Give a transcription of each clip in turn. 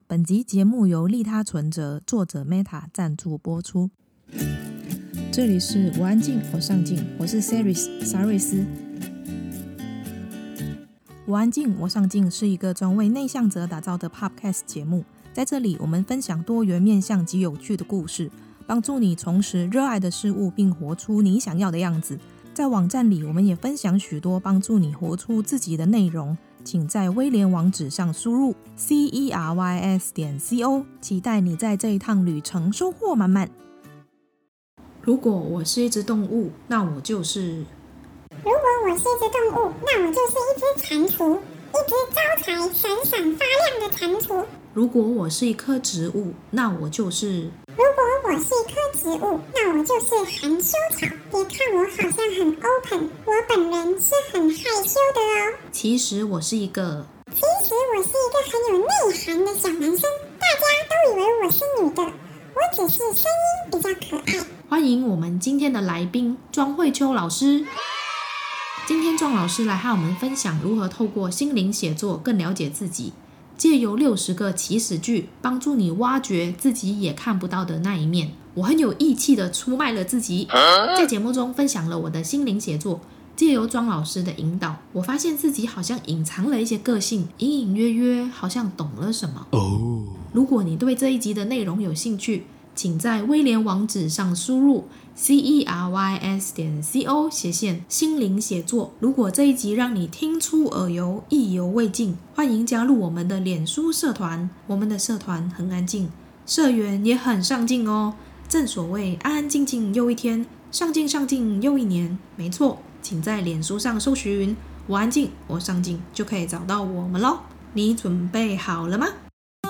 本集节目由利他存折作者 Meta 赞助播出。这里是我安静我上进，我是 Saris 沙瑞斯。我安静我上进是一个专为内向者打造的 Podcast 节目，在这里我们分享多元面向及有趣的故事，帮助你重拾热爱的事物，并活出你想要的样子。在网站里，我们也分享许多帮助你活出自己的内容，请在威廉网址上输入 CERYS.CO， 期待你在这一趟旅程收获满满。如果我是一只动物，那我就是如果我是一只动物，那我就是一只蟾蜍，一只招财闪闪发亮的蟾蜍。 如果我是一棵植物，那我就是如果我是一棵植物，那我就是含羞草。别看我好像很 open， 我本人是很害羞的哦。 其实我是一个很有内涵的小男生，大家都以为我是女的，我只是声音比较可爱。 欢迎我们今天的来宾庄慧秋老师。今天庄老师来和我们分享如何透过心灵写作更了解自己，借由60个起始句帮助你挖掘自己也看不到的那一面。我很有义气的出卖了自己，在节目中分享了我的心灵写作，借由庄老师的引导，我发现自己好像隐藏了一些个性，隐隐约约好像懂了什么。如果你对这一集的内容有兴趣，请在威廉网址上输入 CERYS.CO 心灵写作。如果这一集让你听出耳油，意犹未尽，欢迎加入我们的脸书社团。我们的社团很安静，社员也很上进哦。正所谓安安静静又一天，上进上进又一年。没错，请在脸书上搜寻我安静我上进，就可以找到我们咯。你准备好了吗？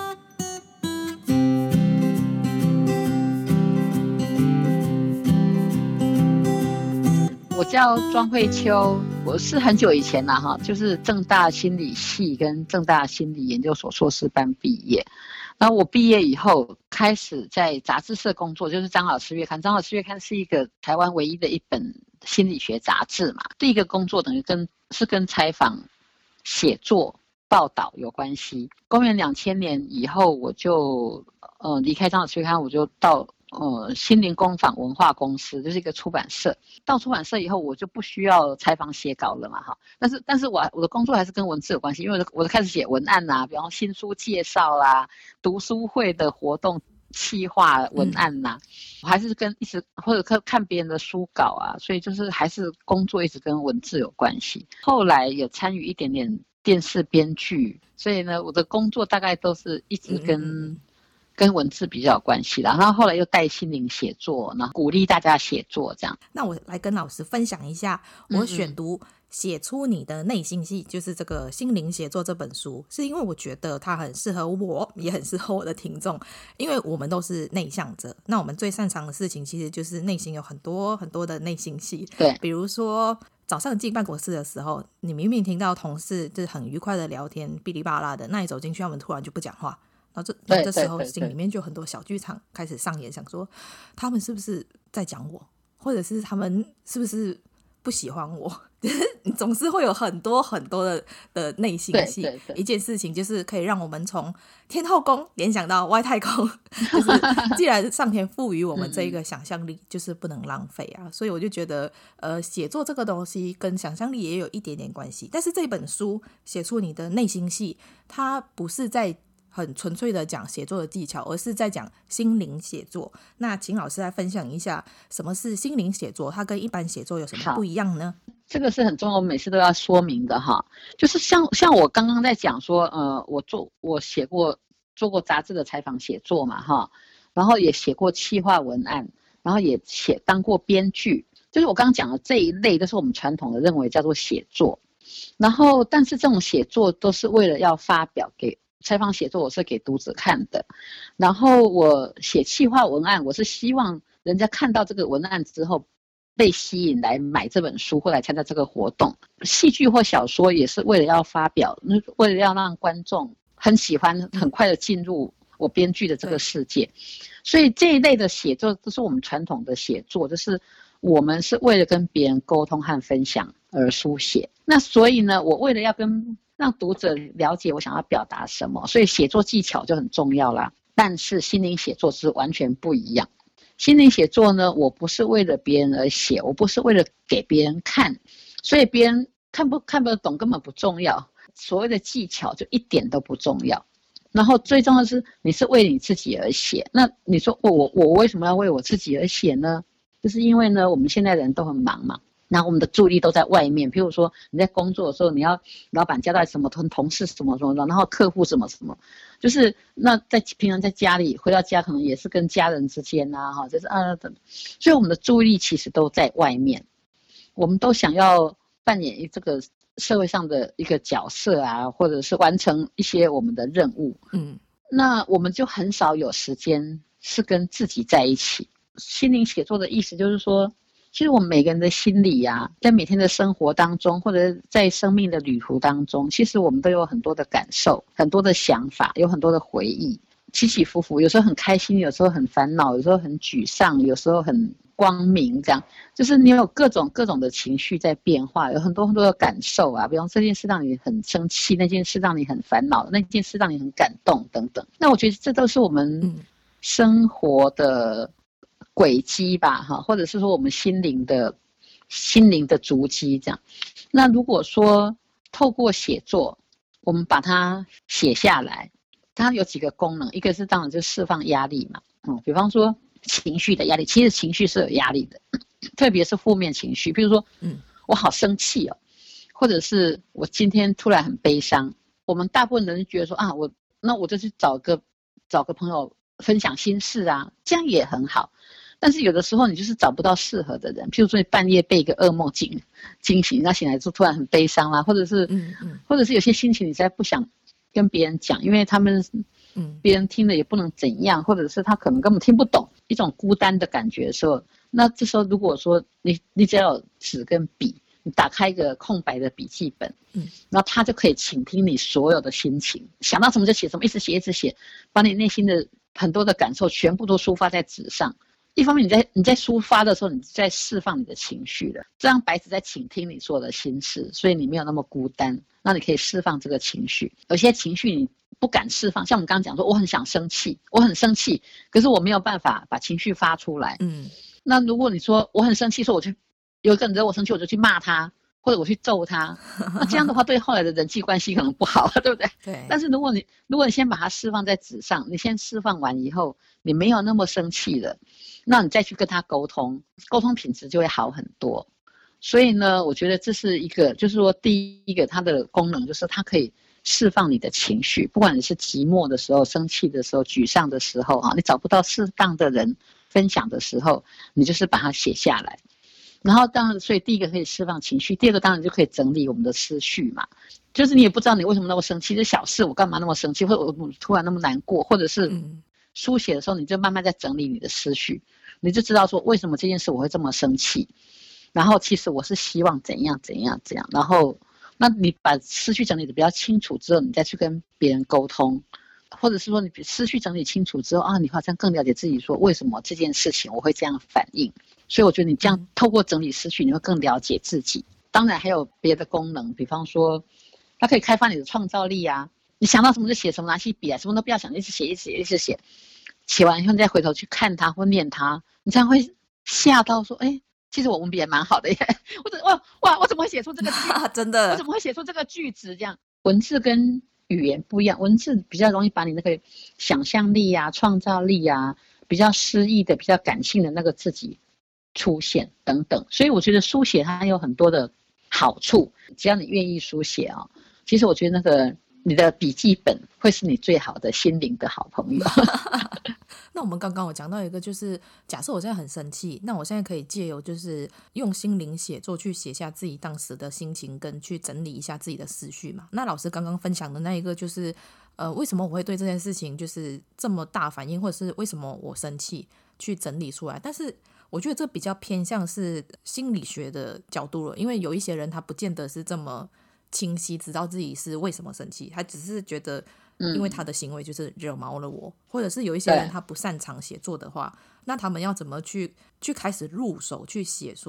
我叫庄慧秋，我是很久以前啦就是政大心理系跟政大心理研究所硕士班毕业。然后我毕业以后开始在杂志社工作，就是张老师月刊。张老师月刊是一个台湾唯一的一本心理学杂志嘛。第一个工作等于跟采访、写作、报道有关系。公元2000年以后，我就离开张老师月刊，我就到心灵工坊文化公司，就是一个出版社。到出版社以后，我就不需要采访写稿了嘛，但是我的工作还是跟文字有关系，因为我开始写文案比方新书介绍啦、读书会的活动企划文案我还是或者看别人的书稿所以就是还是工作一直跟文字有关系。后来有参与一点点电视编剧，所以呢，我的工作大概都是一直跟文字比较有关系啦，然后后来又带心灵写作，然后鼓励大家写作这样。 那我来跟老师分享一下我选读写出你的内心戏，就是这个心灵写作这本书，是因为我觉得它很适合我，也很适合我的听众，因为我们都是内向者，那我们最擅长的事情其实就是内心有很多很多的内心戏。 对， 比如说早上进办公室的时候，你明明听到同事就是很愉快的聊天，哔哩吧啦的，那你走进去他们突然就不讲话，然后这时候心里面就很多小剧场开始上演，想说他们是不是在讲我，或者是他们是不是不喜欢我，你总是会有很多很多的内心戏。一件事情就是可以让我们从天后宫联想到外太空，就是既然上天赋予我们这一个想象力，就是不能浪费所以我就觉得写作这个东西跟想象力也有一点点关系。但是这本书写出你的内心戏，它不是在很纯粹的讲写作的技巧，而是在讲心灵写作。那请老师来分享一下什么是心灵写作，它跟一般写作有什么不一样呢？ 这个是很重要，我每次都要说明的就是像我刚刚在讲说我做过杂志的采访写作嘛然后也写过企划文案，然后也当过编剧，就是我刚刚讲的这一类都是我们传统的认为叫做写作。然后但是这种写作都是为了要发表给采访写作，我是给读者看的。然后我写企划文案，我是希望人家看到这个文案之后被吸引来买这本书或来参加这个活动。戏剧或小说也是为了要发表，为了要让观众很喜欢很快的进入我编剧的这个世界。所以这一类的写作都是我们传统的写作，就是我们是为了跟别人沟通和分享而书写。那所以呢，我为了要跟让读者了解我想要表达什么。所以写作技巧就很重要啦。但是心灵写作是完全不一样。心灵写作呢，我不是为了别人而写，我不是为了给别人看，所以别人看不懂根本不重要，所谓的技巧就一点都不重要。然后最重要的是你是为你自己而写。那你说我为什么要为我自己而写呢？就是因为呢我们现在人都很忙嘛，然后我们的注意力都在外面，譬如说你在工作的时候，你要老板交代什么，同事什么什么，然后客户什么什么，就是那平常在家里回到家可能也是跟家人之间啊，就是所以我们的注意力其实都在外面，我们都想要扮演这个社会上的一个角色啊，或者是完成一些我们的任务，那我们就很少有时间是跟自己在一起。心灵写作的意思就是说，其实我们每个人的心里啊，在每天的生活当中，或者在生命的旅途当中，其实我们都有很多的感受，很多的想法，有很多的回忆，起起伏伏，有时候很开心，有时候很烦恼，有时候很沮丧，有时候很光明，这样就是你有各种的情绪在变化，有很多的感受啊，比方这件事让你很生气，那件事让你很烦恼，那件事让你很感动等等。那我觉得这都是我们生活的轨迹吧，或者是说我们心灵的足迹这样。那如果说透过写作，我们把它写下来，它有几个功能，一个是当然就释放压力嘛，比方说情绪的压力，其实情绪是有压力的，特别是负面情绪，比如说我好生气哦，或者是我今天突然很悲伤，我们大部分人觉得说啊，我就去找个朋友分享心事啊，这样也很好。但是有的时候你就是找不到适合的人，譬如说你半夜被一个噩梦惊醒，那醒来之后突然很悲伤啦，或者是有些心情你实在不想跟别人讲，因为他们别人听了也不能怎样，或者是他可能根本听不懂，一种孤单的感觉的时候，那这时候如果说你只要有纸跟笔，你打开一个空白的笔记本，然后他就可以倾听你所有的心情，想到什么就写什么，一直写，把你内心的很多的感受全部都抒发在纸上。一方面你在抒发的时候，你在释放你的情绪了，这样白纸在倾听你所有的心事，所以你没有那么孤单，那你可以释放这个情绪。有些情绪你不敢释放，像我们刚刚讲说，我很想生气，我很生气，可是我没有办法把情绪发出来。那如果你说我很生气，说我去有一个人惹我生气，我就去骂他，或者我去揍他，那这样的话对后来的人际关系可能不好，对不对？ 对。 但是如果你先把它释放在纸上，你先释放完以后，你没有那么生气了，那你再去跟他沟通品质就会好很多。所以呢，我觉得这是一个，就是说第一个它的功能就是它可以释放你的情绪，不管你是寂寞的时候、生气的时候、沮丧的时候，你找不到适当的人分享的时候，你就是把它写下来。然后当然，所以第一个可以释放情绪，第二个当然就可以整理我们的思绪嘛。就是你也不知道你为什么那么生气，这小事我干嘛那么生气，或者我突然那么难过，或者是书写的时候你就慢慢在整理你的思绪，你就知道说为什么这件事我会这么生气，然后其实我是希望怎样，然后那你把思绪整理的比较清楚之后，你再去跟别人沟通，或者是说你思绪整理清楚之后啊，你好像更了解自己，说为什么这件事情我会这样反应。所以我觉得你这样透过整理思绪，你会更了解自己。当然还有别的功能，比方说它可以开发你的创造力啊，你想到什么就写什么，拿起笔来什么都不要想，一直写，写完以后你再回头去看它或念它，你这样会吓到说，其实我文笔也蛮好的耶，我怎么会写出这个句真的， 我怎么会写出这个句子？这样文字跟语言不一样，文字比较容易把你那个想象力啊、创造力啊、比较诗意的、比较感性的那个自己出现等等。所以我觉得书写它有很多的好处，只要你愿意书写啊，其实我觉得那个你的笔记本会是你最好的心灵的好朋友。 那我们刚刚有讲到一个，就是假设我现在很生气，那我现在可以借由就是用心灵写作去写下自己当时的心情，跟去整理一下自己的思绪嘛。那老师刚刚分享的那一个就是为什么我会对这件事情就是这么大反应，或者是为什么我生气，去整理出来。但是我觉得这比较偏向是心理学的角度了，因为有一些人他不见得是这么清晰知道自己是为什么生气，他只是觉得因为他的行为就是惹毛了我，或者是有一些人他不擅长写作的话，那他们要怎么去开始入手去写说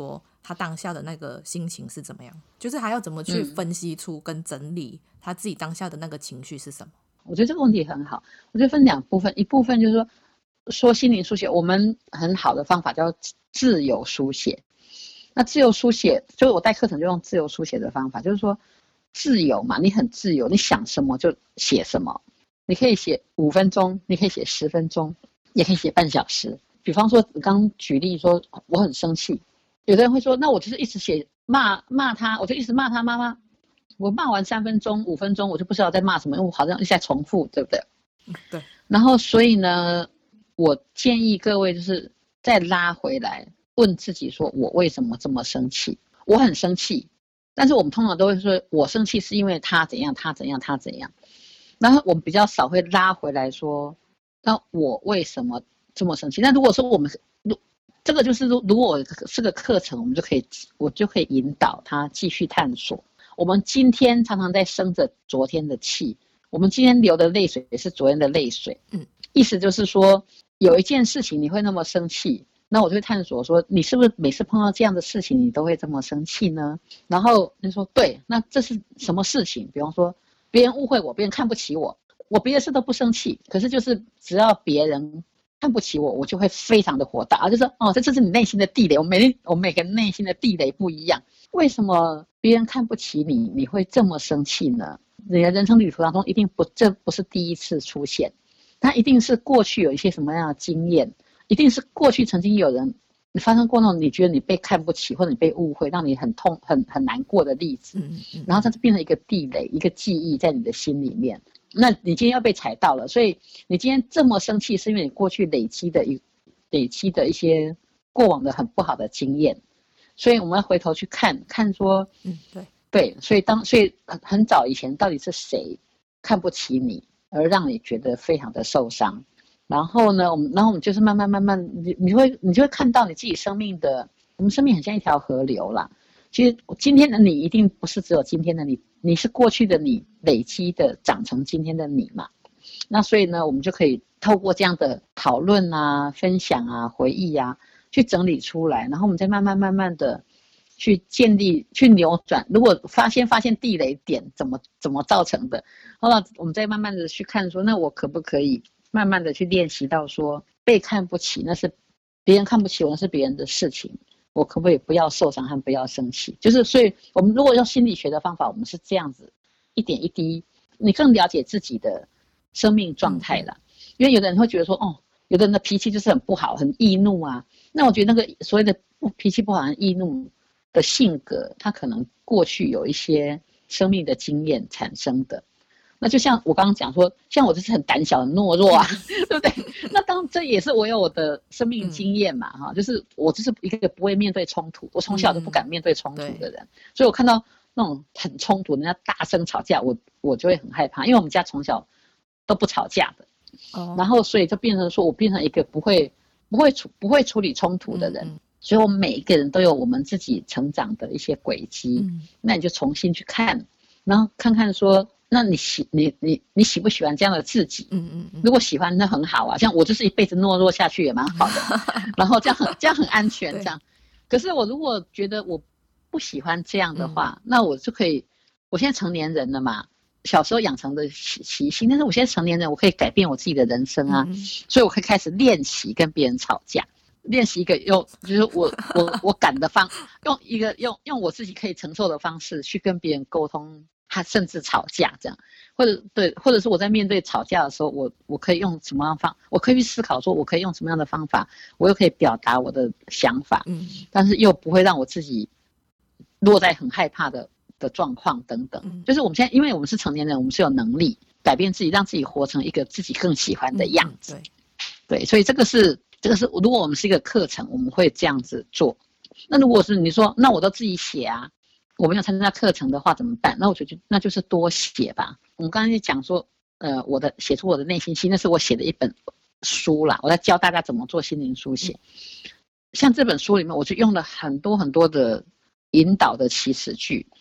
他当下的那个心情是怎么样，就是还要怎么去分析出跟整理他自己当下的那个情绪是什么。 我觉得这个问题很好，我觉得分两部分，一部分就是说心灵书写，我们很好的方法叫自由书写。那自由书写，就是我带课程就用自由书写的方法，就是说自由嘛，你很自由，你想什么就写什么，你可以写5分钟，你可以写10分钟，也可以写半小时。比方说，刚举例说我很生气，有的人会说，那我就是一直写骂他，我就一直骂他妈妈，我骂完3分钟5分钟，我就不知道在骂什么，因为我好像一直在重复，对不对？ 对。 然后所以呢，我建议各位就是再拉回来问自己说，我为什么这么生气？我很生气，但是我们通常都会说，我生气是因为他怎样，他怎样，他怎样。然后我们比较少会拉回来说，那我为什么这么生气？那如果说我们这个就是如果是个课程，我就可以引导他继续探索。我们今天常常在生着昨天的气，我们今天流的泪水也是昨天的泪水。意思就是说，有一件事情你会那么生气，那我就会探索说，你是不是每次碰到这样的事情你都会这么生气呢？然后你说对，那这是什么事情？比方说别人误会我，别人看不起我，我别的事都不生气，可是就是只要别人看不起我，我就会非常的火大，就说这是你内心的地雷。我每个人内心的地雷不一样，为什么别人看不起你，你会这么生气呢？你的人生旅途当中这不是第一次出现，它一定是过去有一些什么样的经验，一定是过去曾经有人你发生过那种你觉得你被看不起或者你被误会，让你很痛很难过的例子，然后它就变成一个地雷，一个记忆在你的心里面。那你今天要被踩到了，所以你今天这么生气，是因为你过去累积的一些过往的很不好的经验，所以我们要回头去看说，对，所以很早以前到底是谁看不起你，而让你觉得非常的受伤。然后呢，我们就是慢慢，你就会看到你自己生命的，我们生命很像一条河流啦。其实今天的你一定不是只有今天的你，你是过去的你累积的长成今天的你嘛。那所以呢，我们就可以透过这样的讨论啊、分享啊、回忆啊，去整理出来，然后我们再慢慢的去建立、去扭转。如果发现地雷点怎么造成的，后来我们再慢慢的去看说，那我可不可以慢慢的去练习到说，被看不起那是别人看不起我，那是别人的事情，我可不可以不要受伤和不要生气？就是所以我们如果用心理学的方法，我们是这样子一点一滴，你更了解自己的生命状态了。因为有的人会觉得说，有的人的脾气就是很不好，很易怒啊。那我觉得那个所谓的脾气不好、很易怒的性格，他可能过去有一些生命的经验产生的。那就像我刚刚讲说，像我就是很胆小、很懦弱啊，对不对？那这也是我有我的生命经验嘛，就是我就是一个不会面对冲突，我从小就不敢面对冲突的人，所以我看到那种很冲突，人家大声吵架，我就会很害怕，因为我们家从小都不吵架的，然后所以就变成说我变成一个不会处理冲突的人，所以我们每一个人都有我们自己成长的一些轨迹，那你就重新去看，然后看看说，那你喜不喜欢这样的自己？如果喜欢，那很好啊。像我就是一辈子懦弱下去也蛮好的，然后这样很安全这样。可是我如果觉得我不喜欢这样的话，那我就可以，我现在成年人了嘛，小时候养成的习性，但是我现在成年人，我可以改变我自己的人生啊，所以我可以开始练习跟别人吵架。练习一个就是我敢的用我自己可以承受的方式去跟别人沟通，他甚至吵架这样，或者是我在面对吵架的时候，我可以用什么样的我可以去思考说，我可以用什么样的方法，我又可以表达我的想法，但是又不会让我自己落在很害怕的状况等等。就是我们现在，因为我们是成年人，我们是有能力改变自己，让自己活成一个自己更喜欢的样子。对，所以这个是如果我们是一个课程，我们会这样子做。那如果是你说，那我都自己写啊，我没有参加课程的话怎么办？那我觉得那就是多写吧。我们刚才讲说，写出我的内心戏，那是我写的一本书啦，我在教大家怎么做心灵书写。像这本书里面，我就用了很多的引导的祈使句，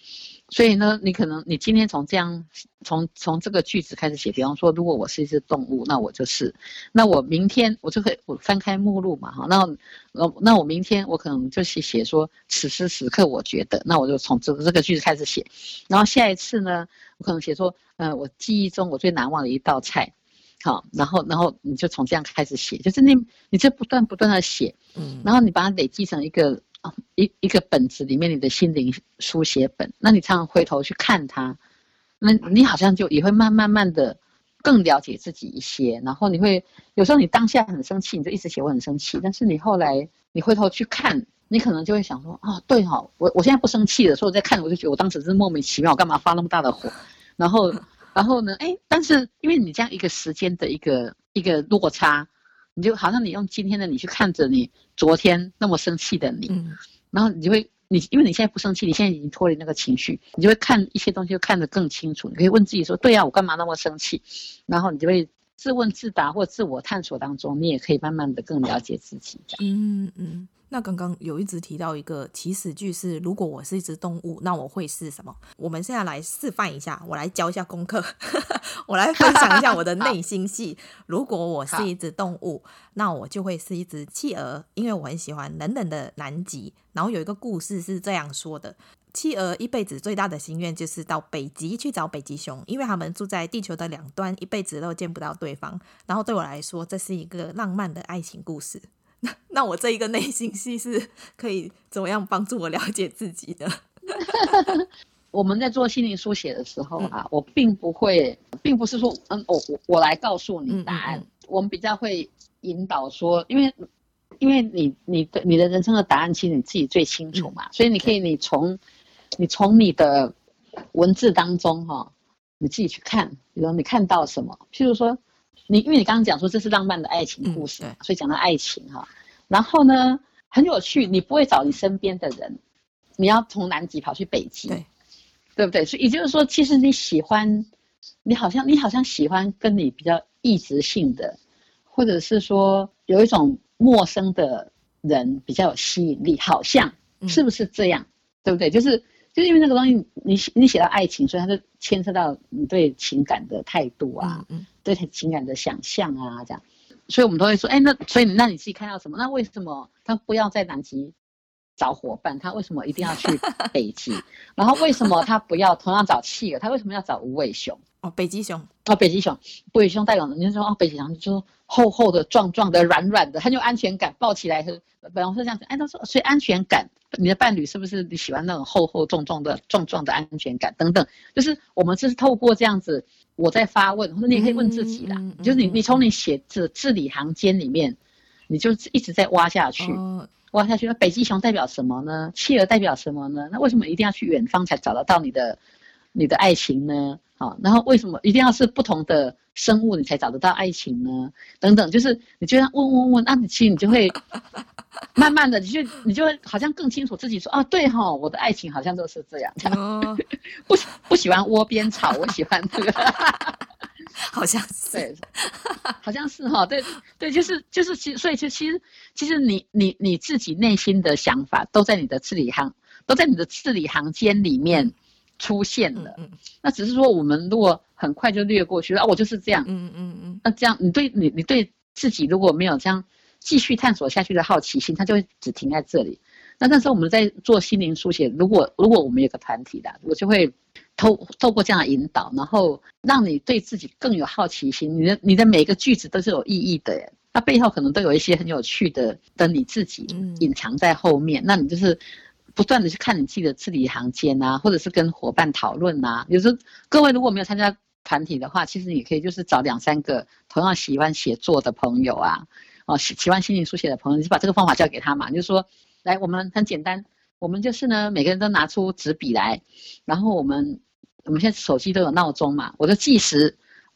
所以呢，你可能你今天从这个句子开始写，比方说，如果我是一只动物，那我就是，那我明天我就可以我翻开目录嘛，哈，那我明天我可能就写说，此时此刻我觉得，那我就从这个句子开始写，然后下一次呢，我可能写说，我记忆中我最难忘的一道菜。好，然后你就从这样开始写，就是你就不断的写，然后你把它累积成一个本子里面你的心灵书写本，那你常常回头去看它，那你好像就也会慢慢的更了解自己一些，然后你会有时候你当下很生气，你就一直写我很生气，但是你后来你回头去看，你可能就会想说，对哈，我现在不生气了，所以我在看我就觉得我当时是莫名其妙，我干嘛发那么大的火，然后呢，但是因为你这样一个时间的一个落差，你就好像你用今天的你去看着你昨天那么生气的你，然后因为你现在不生气，你现在已经脱离那个情绪，你就会看一些东西就看得更清楚。你可以问自己说，对啊，我干嘛那么生气？然后你就会自问自答或自我探索当中，你也可以慢慢的更了解自己。 那刚刚有一直提到一个起始句是，如果我是一只动物，那我会是什么？我们现在来示范一下，我来教一下功课我来分享一下我的内心戏如果我是一只动物，那我就会是一只企鹅，因为我很喜欢冷冷的南极。然后有一个故事是这样说的，企鹅一辈子最大的心愿就是到北极去找北极熊，因为他们住在地球的两端，一辈子都见不到对方。然后对我来说，这是一个浪漫的爱情故事那我这一个内心戏是可以怎么样帮助我了解自己的？ 我们在做心灵书写的时候啊，我并不是说我来告诉你答案，我们比较会引导说，因为你的人生的答案其实你自己最清楚嘛，所以你可以你从你的文字当中你自己去看，比如说你看到什么，譬如说因为你刚刚讲说这是浪漫的爱情故事，所以讲到爱情然后呢很有趣，你不会找你身边的人，你要从南极跑去北极，对不对？所以也就是说，其实你好像喜欢跟你比较异质性的，或者是说有一种陌生的人比较有吸引力，好像是不是这样？对不对？就是因为那个东西，你写到爱情，所以它就牵涉到你对情感的态度啊，对情感的想象啊，这样。所以我们都会说，所以那你自己看到什么？那为什么他不要在南极找伙伴？他为什么一定要去北极？然后为什么他不要同样找企鹅？他为什么要找无尾熊？ 北极熊。 北极熊，无尾熊代表人家说北极熊就是厚厚的、壮壮的、软软的，很有安全感，抱起来是，比方说这样子。他说，所以安全感，你的伴侣是不是你喜欢那种厚厚重重的、壮壮的安全感等等？就是我们是透过这样子，我在发问，或者你也可以问自己啦，就是你从你写字里行间里面，你就一直在挖下去。挖下去，那北极熊代表什么呢？企鹅代表什么呢？那为什么一定要去远方才找得到你的爱情呢？然后为什么一定要是不同的生物你才找得到爱情呢？等等，就是你就要问，那其实你就会慢慢的，你就会好像更清楚自己说，对我的爱情好像都是这样，不喜欢窝边草，我喜欢这个。 好像是， 对，好像是对，就是所以其实你自己内心的想法都在你的字里行间里面出现了。那只是说我们如果很快就略过去我就是这样。那这样你对自己如果没有这样继续探索下去的好奇心，它就会只停在这里。那时候我们在做心灵书写，如果我们有个团体的，我就会透过这样的引导，然后让你对自己更有好奇心。你的每个句子都是有意义的耶，它背后可能都有一些很有趣的你自己隐藏在后面。那你就是不断的去看你自己的字里行间啊，或者是跟伙伴讨论啊。有时候各位如果没有参加团体的话，其实你可以就是找2-3个同样喜欢写作的朋友啊，喜欢心灵书写的朋友，你就把这个方法教给他嘛，就是说来，我们很简单，我们就是呢，每个人都拿出纸笔来，然后我们现在手机都有闹钟嘛，我们计时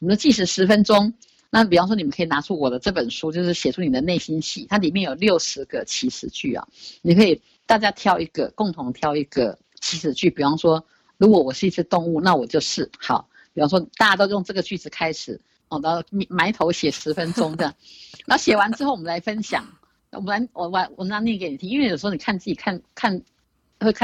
10分钟。那比方说，你们可以拿出我的这本书，就是写出你的内心戏，它里面有60个起始句啊，你可以大家共同挑一个起始句。比方说，如果我是一只动物，那我就是好。比方说，大家都用这个句子开始，然后埋头写10分钟这样，然后写完之后，我们来分享。我拿念给你听，因为有时候你看自己会看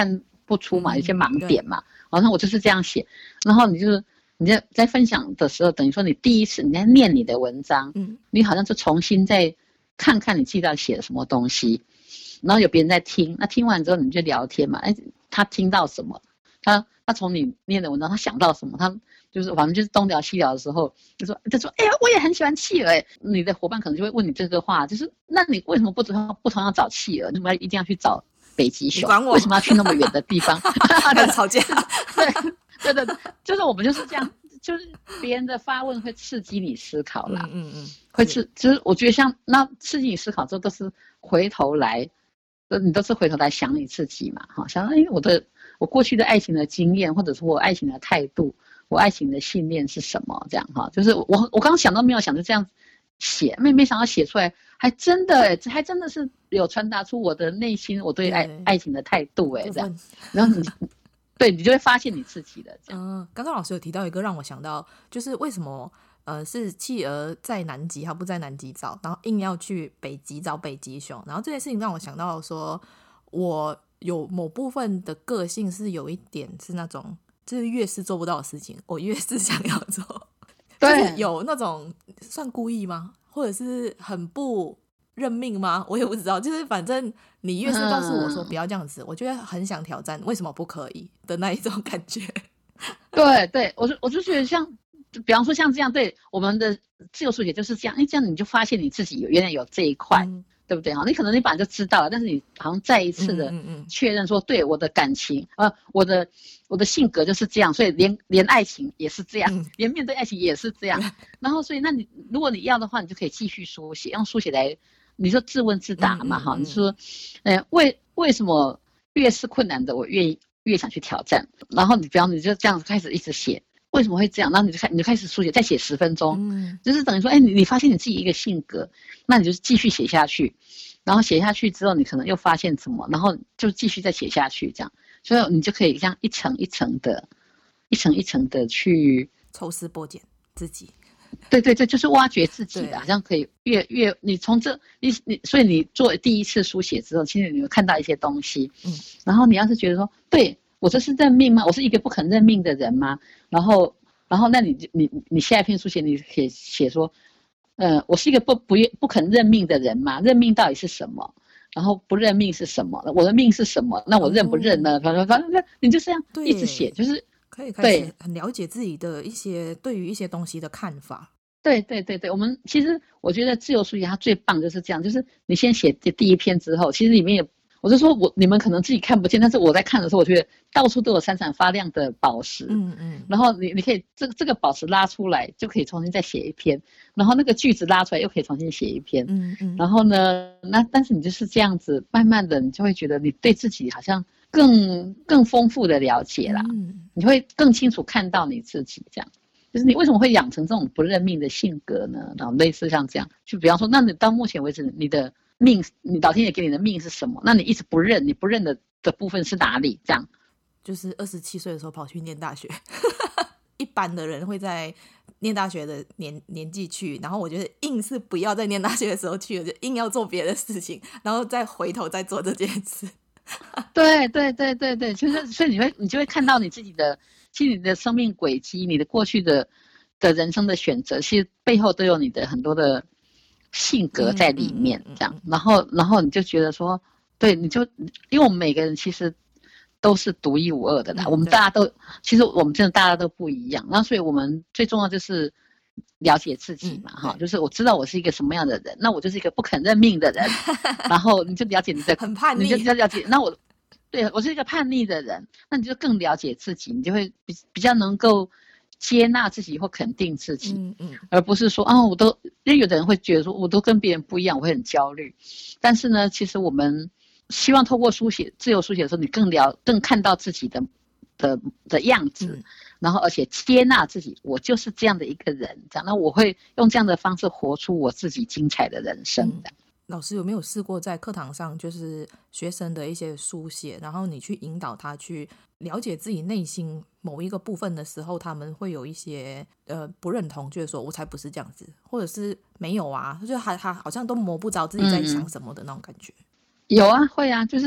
不出嘛，有些盲点嘛。然后我就是这样写，然后你在分享的时候，等于说你第一次你在念你的文章，你好像就重新再看看你自己到底写了什么东西，然后有别人在听，那听完之后你就聊天嘛，他听到什么，他从你念的文章他想到什么，他就是反正就是东聊西聊的时候，就说哎呀我也很喜欢企鹅，你的伙伴可能就会问你这个话，就是那你为什么不同样找企鹅，你们一定要去找北极熊，为什么要去那么远的地方？ 开始吵架。 对，就是我们就是这样，就是别人的发问会刺激你思考啦，会就是我觉得像那刺激你思考之后，都是回头来，你都是回头来想你自己嘛，哈，想我过去的爱情的经验，或者说我爱情的态度，我爱情的信念是什么？这样哈，就是我刚刚想都没有想就这样写，没想到写出来，还真的是有传达出我的内心，我对爱情的态度这样，然后你就会发现你自己的这样。 刚刚老师有提到一个让我想到，就是为什么是企鹅在南极，他不在南极找，然后硬要去北极找北极熊，然后这件事情让我想到说，我有某部分的个性是有一点是那种，就是越是做不到的事情，我越是想要做，就是有那种算故意吗？或者是很不认命吗？我也不知道，就是反正你越是告诉我说不要这样子，我就会很想挑战，为什么不可以的那一种感觉。 对，我就觉得像，比方说像这样，对我们的自由书写就是这样，这样你就发现你自己原来有这一块，对不对？你可能你本来就知道了，但是你好像再一次的确认说，对我的感情，我的性格就是这样，所以连爱情也是这样，连面对爱情也是这样。然后所以如果你要的话，你就可以继续书写，用书写来，你就自问自答嘛，哈，你说，为什么越是困难的我越想去挑战？然后你就这样开始一直写。为什么会这样？然后你就开始书写，再写10分钟，就是等于说，你发现你自己一个性格，那你就继续写下去，然后写下去之后，你可能又发现什么，然后就继续再写下去，这样，所以你就可以这样一层一层的去抽丝剥茧自己。 对，就是挖掘自己的，好像可以越你从这所以你做第一次书写之后，其实你会看到一些东西，然后你要是觉得说，对。我这是认命吗？我是一个不肯认命的人吗？然后那你下一篇书写你可以写说，我是一个不肯认命的人吗？认命到底是什么？然后不认命是什么？我的命是什么？那我认不认呢？反正你就这样一直写，就是可以开始很了解自己的对于一些东西的看法。 对，我们其实我觉得自由书写它最棒就是这样，就是你先写第一篇之后，其实里面也。我就说你们可能自己看不见，但是我在看的时候，我觉得到处都有闪闪发亮的宝石。然后你可以这个宝石拉出来，就可以重新再写一篇，然后那个句子拉出来又可以重新写一篇。然后呢，但是你就是这样子，慢慢的你就会觉得你对自己好像更丰富的了解啦。你会更清楚看到你自己，这样就是你为什么会养成这种不认命的性格呢？然后类似像这样，就比方说，那你到目前为止你的命，你老天爷给你的命是什么？那你一直不认，你不认的部分是哪里？这样就是27岁的时候跑去念大学，一般的人会在念大学的年纪去，然后我觉得硬是不要在念大学的时候去了，就硬要做别的事情，然后再回头再做这件事。 对，就是所以你就会看到你自己的，其实你的生命轨迹，你的过去的人生的选择，其实背后都有你的很多的性格在里面，这样，然后你就觉得说，对，因为我们每个人其实都是独一无二的啦，我们大家都，其实我们真的大家都不一样，然后所以我们最重要就是了解自己嘛，哈，就是我知道我是一个什么样的人，那我就是一个不肯认命的人，然后你就了解你的很叛逆， 你就了解，那我是一个叛逆的人，那你就更了解自己，你就会比较能够接纳自己或肯定自己，而不是说因为有的人会觉得说我都跟别人不一样，我会很焦虑。但是呢，其实我们希望透过书写自由书写的时候，你更看到自己的样子，然后而且接纳自己，我就是这样的一个人，这样，那我会用这样的方式活出我自己精彩的人生。 老师有没有试过在课堂上，就是学生的一些书写，然后你去引导他去了解自己内心某一个部分的时候，他们会有一些不认同，就是说我才不是这样子，或者是没有啊，就他好像都摸不着自己在想什么的那种感觉。 有啊，会啊，就是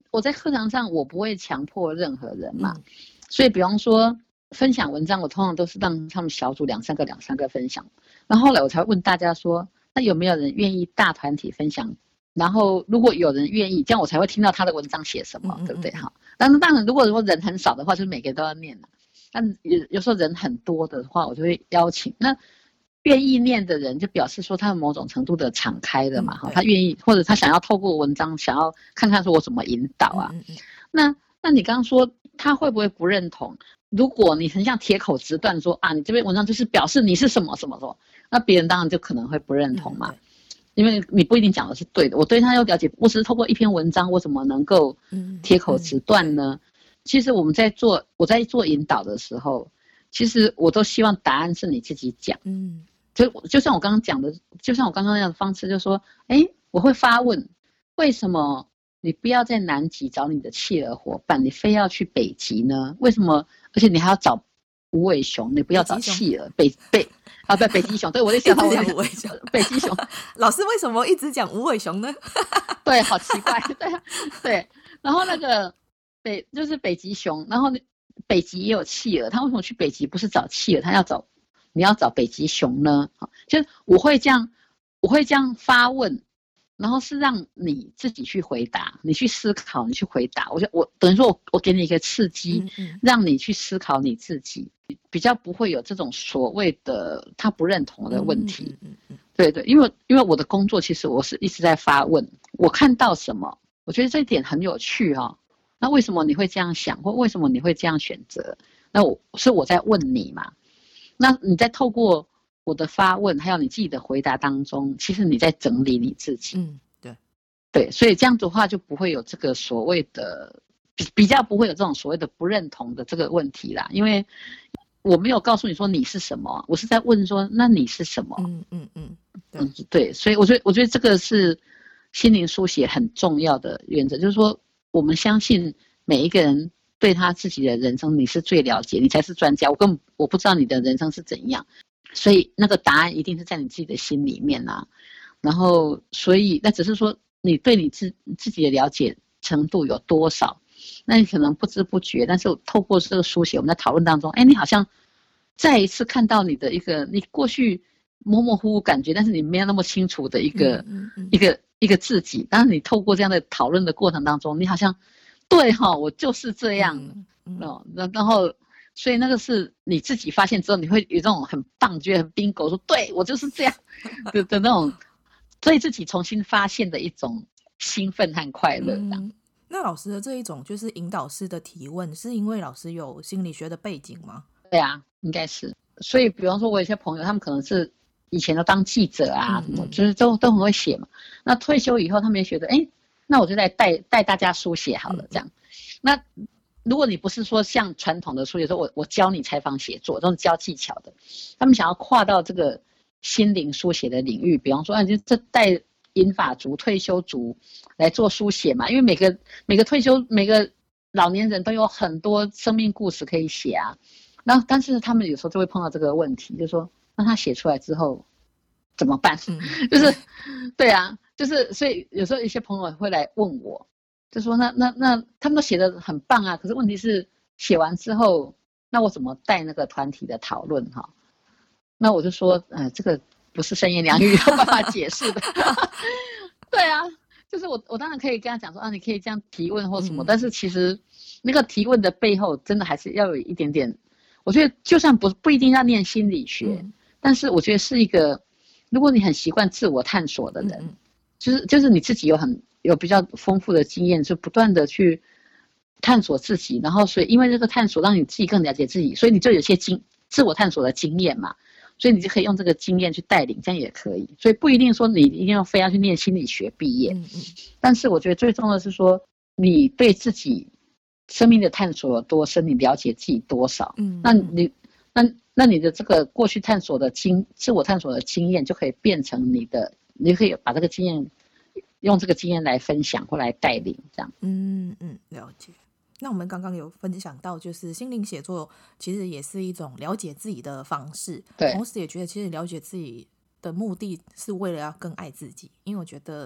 我在课堂上我不会强迫任何人嘛，所以比方说分享文章，我通常都是让他们小组两三个分享，然后后来我才问大家说，那有没有人愿意大团体分享？然后如果有人愿意，这样我才会听到他的文章写什么，对不对？好，但是当然如果说人很少的话，就是每个人都要念了。但有时候人很多的话，我就会邀请。那愿意念的人，就表示说他有某种程度的敞开的嘛，他愿意，或者他想要透过文章，想要看看说我怎么引导啊。那你刚刚说他会不会不认同？如果你很像铁口直断说啊，你这篇文章就是表示你是什么什么什么，那别人当然就可能会不认同嘛。因为你不一定讲的是对的，我对他有了解，我只是透过一篇文章，我怎么能够铁口直断呢？其实我在做引导的时候，其实我都希望答案是你自己讲。就像我刚刚讲的，就像我刚刚那样的方式，就是说，我会发问，为什么你不要在南极找你的企鹅伙伴，你非要去北极呢？为什么？而且你还要找无尾熊，你不要找企鹅，北极熊。对，我在想到无尾熊， 北极熊。 老师为什么一直讲无尾熊呢？ 对，好奇怪。对。然后那个就是北极熊，然后北极也有企鹅，他为什么去北极不是找企鹅，你要找北极熊呢？就是我会这样发问，然后是让你自己去回答，你去思考，你去回答。我等于说我给你一个刺激，让你去思考你自己，比较不会有这种所谓的他不认同的问题。对，因为我的工作其实我是一直在发问，我看到什么，我觉得这一点很有趣哈。那为什么你会这样想，或为什么你会这样选择？那我在问你嘛。那你在透过我的发问，还有你自己的回答当中，其实你在整理你自己。对，所以这样子的话就不会有这个所谓的比较不会有这种所谓的不认同的这个问题啦。因为我没有告诉你说你是什么，我是在问说那你是什么？对，所以我觉得这个是心灵书写很重要的原则，就是说我们相信每一个人对他自己的人生你是最了解，你才是专家，我不知道你的人生是怎样，所以那个答案一定是在你自己的心里面啊。然后所以那只是说你对你自己的了解程度有多少，那你可能不知不觉，但是透过这个书写，我们在讨论当中，你好像再一次看到你的一个你过去模模糊糊感觉，但是你没有那么清楚的一个自己。当然你透过这样的讨论的过程当中，你好像对哈，我就是这样。然后所以那个是你自己发现之后，你会有这种很棒，觉得很 bingo， 说对我就是这样的那种对自己重新发现的一种兴奋和快乐。 那老师的这一种就是引导式的提问，是因为老师有心理学的背景吗？ 对啊，应该是。所以比方说我有些朋友，他们可能是以前都当记者啊什么，就是都很会写嘛。那退休以后他们也觉得那我就来带大家书写好了这样。那如果你不是说像传统的书写说我教你采访写作，这种教技巧的，他们想要跨到这个心灵书写的领域，比方说就这带银发族退休族来做书写嘛，因为每个退休每个老年人都有很多生命故事可以写啊。但是他们有时候就会碰到这个问题，就是说那他写出来之后怎么办？就是对啊，就是所以有时候一些朋友会来问我，就说那他们都写得很棒啊，可是问题是写完之后，那我怎么带那个团体的讨论哈？那我就说这个不是三言两语有办法解释的。对啊，就是我当然可以跟他讲说你可以这样提问或什么，但是其实那个提问的背后真的还是要有一点点，我觉得就算不一定要念心理学，但是我觉得是一个，如果你很习惯自我探索的人，就是你自己有比较丰富的经验，就不断的去探索自己，然后所以因为这个探索让你自己更了解自己，所以你就有些自我探索的经验嘛，所以你就可以用这个经验去带领，这样也可以。所以不一定说你一定要非要去念心理学毕业，但是我觉得最重要的是说你对自己生命的探索有多深，你了解自己多少，那你的这个过去探索的自我探索的经验就可以变成你可以把这个经验用这个经验来分享或来带领这样。 了解。那我们刚刚有分享到，就是心灵写作其实也是一种了解自己的方式，同时也觉得其实了解自己的目的是为了要更爱自己，因为我觉得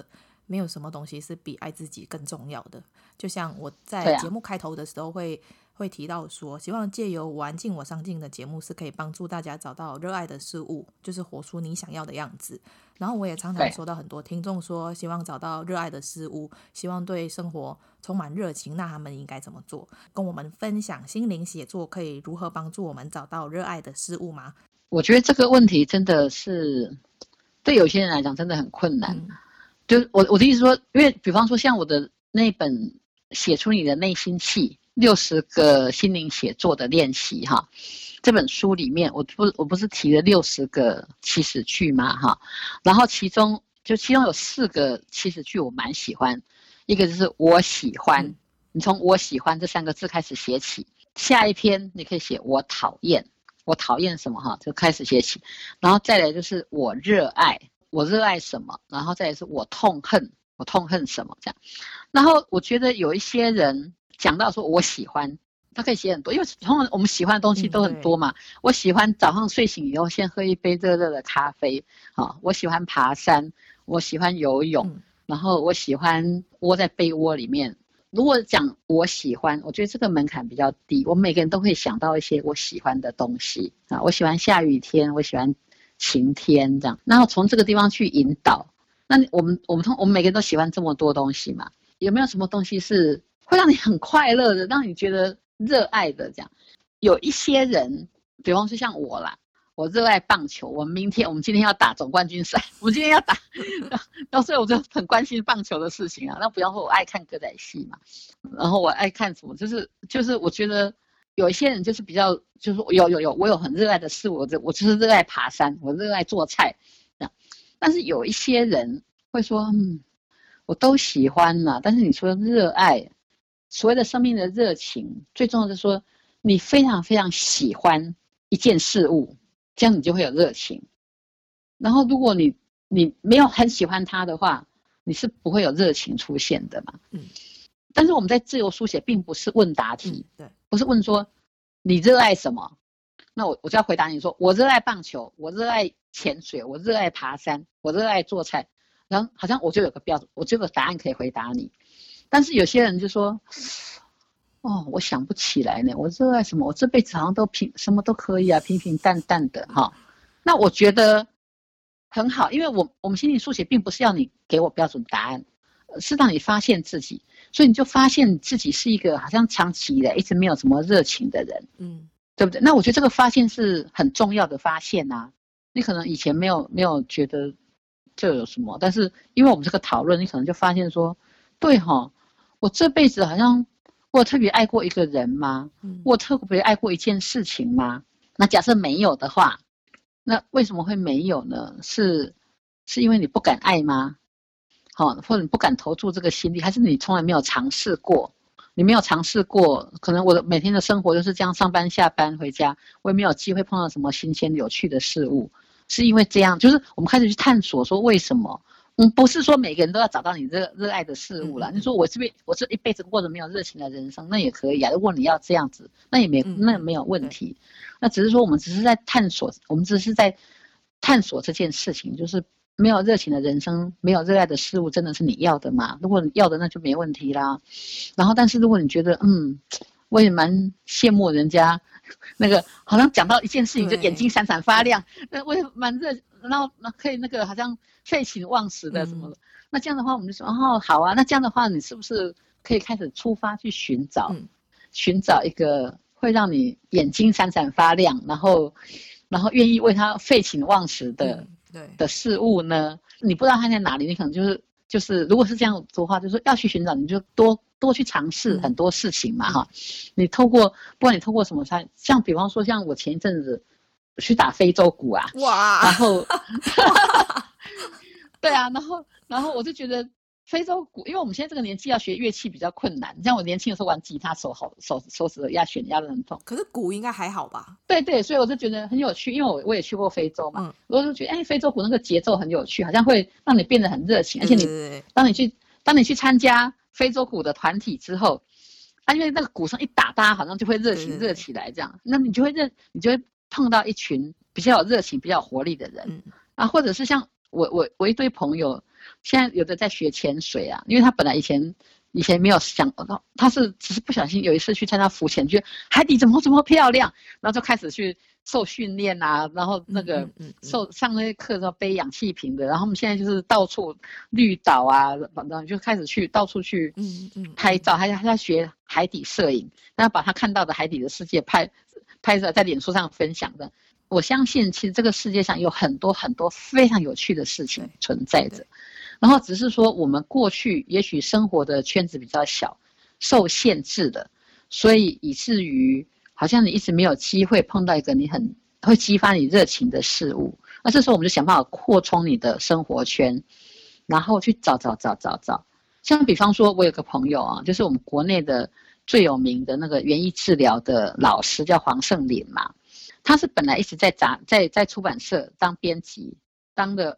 没有什么东西是比爱自己更重要的。就像我在节目开头的时候会提到说，希望借由玩进我上进的节目是可以帮助大家找到热爱的事物，就是活出你想要的样子。然后我也常常收到很多听众说希望找到热爱的事物，希望对生活充满热情，那他们应该怎么做？跟我们分享心灵写作可以如何帮助我们找到热爱的事物吗？ 我觉得这个问题真的是对有些人来讲真的很困难。就我的意思说，因为比方说像我的那本写出你的内心戏60个心灵写作的练习哈，这本书里面我不是提了60个起始句吗哈，然后其中有4个起始句我蛮喜欢，一个就是我喜欢，你从我喜欢这3个字开始写起，下一篇你可以写我讨厌，我讨厌什么哈，就开始写起，然后再来就是我热爱，我热爱什么，然后再来是我痛恨，我痛恨什么这样。然后我觉得有一些人讲到说我喜欢，他可以写很多，因为通常我们喜欢的东西都很多嘛。我喜欢早上睡醒以后先喝一杯热热的咖啡，我喜欢爬山，我喜欢游泳，然后我喜欢窝在被窝里面。如果讲我喜欢，我觉得这个门槛比较低，我们每个人都会想到一些我喜欢的东西啊，我喜欢下雨天，我喜欢晴天这样，然后从这个地方去引导。那我们每个人都喜欢这么多东西嘛，有没有什么东西是会让你很快乐的，让你觉得热爱的这样？有一些人，比方说像我啦，我热爱棒球，我们今天要打总冠军赛，我们今天要打，然后所以我就很关心棒球的事情啊。那比方说我爱看歌仔戏嘛，然后我爱看什么，就是我觉得有一些人就是比较，就是我有很热爱的事，我就是热爱爬山，我热爱做菜这样。但是有一些人会说，我都喜欢啦，但是你说热爱，所谓的生命的热情，最重要的是说你非常非常喜欢一件事物，这样你就会有热情。然后如果你没有很喜欢它的话，你是不会有热情出现的嘛。但是我们在自由书写并不是问答题，对，不是问说你热爱什么，那我就要回答你说我热爱棒球，我热爱潜水，我热爱爬山，我热爱做菜，然后好像我就有个标准，我就有个答案可以回答你。但是有些人就说，我想不起来呢，我热爱什么？我这辈子好像都什么都可以啊，平平淡淡的哈。那我觉得很好，因为我们心灵书写并不是要你给我标准答案，是让你发现自己，所以你就发现自己是一个好像长期以来一直没有什么热情的人，对不对？那我觉得这个发现是很重要的发现啊。你可能以前没有觉得这有什么，但是因为我们这个讨论，你可能就发现说，对哈，我这辈子好像我有特别爱过一个人吗？我有特别爱过一件事情吗？那假设没有的话，那为什么会没有呢？是因为你不敢爱吗？或者你不敢投注这个心力，还是你从来没有尝试过？你没有尝试过，可能我的每天的生活就是这样，上班下班回家，我也没有机会碰到什么新鲜有趣的事物，是因为这样，就是我们开始去探索说为什么。不是说每个人都要找到你热爱的事物啦。你说我这一辈子过着没有热情的人生，那也可以啊。如果你要这样子，那也没有问题。那只是说我们只是在探索，这件事情，就是没有热情的人生，没有热爱的事物，真的是你要的吗？如果你要的，那就没问题啦。然后，但是如果你觉得，我也蛮羡慕人家，那个好像讲到一件事情就眼睛闪闪发亮，那我也蛮热，然后可以那个好像废寝忘食的什么的。那这样的话，我们就说好啊。那这样的话，你是不是可以开始出发去寻找一个会让你眼睛闪闪发亮，然后愿意为他废寝忘食的事物呢？你不知道他在哪里，你可能就是如果是这样的话，就是要去寻找，你就多去尝试很多事情嘛哈。你不管你透过什么，像比方说像我前一阵子去打非洲鼓啊，哇，然后对啊，然后我就觉得非洲鼓，因为我们现在这个年纪要学乐器比较困难，像我年轻的时候玩吉他手指压弦压得很痛， 可是鼓应该还好吧？ 对，所以我就觉得很有趣，因为我也去过非洲嘛，我就觉得非洲鼓那个节奏很有趣，好像会让你变得很热情，而且当你去参加非洲鼓的团体之后，因为那个鼓声一打，大家好像就会热起来这样，那你就会碰到一群比较有热情、比较有活力的人，或者是像我一堆朋友， 现在有的在学潜水啊，因为他本来以前没有想到，他只是不小心有一次去参加浮潜，觉得海底怎么这么漂亮，然后就开始去受训练啊，然后那个上那些课要背氧气瓶的，然后我们现在就是到处绿岛啊，然后就开始去到处去拍照，他在学海底摄影，然后把他看到的海底的世界拍着在脸书上分享的。我相信其实这个世界上有很多很多非常有趣的事情存在着，然后只是说我们过去也许生活的圈子比较小，受限制的，所以以至于好像你一直没有机会碰到一个你很会激发你热情的事物。那这时候我们就想办法扩充你的生活圈，然后去找。像比方说我有个朋友啊，就是我们国内的最有名的那个园艺治疗的老师叫黄圣林嘛，他是本来一直在出版社当编辑，当了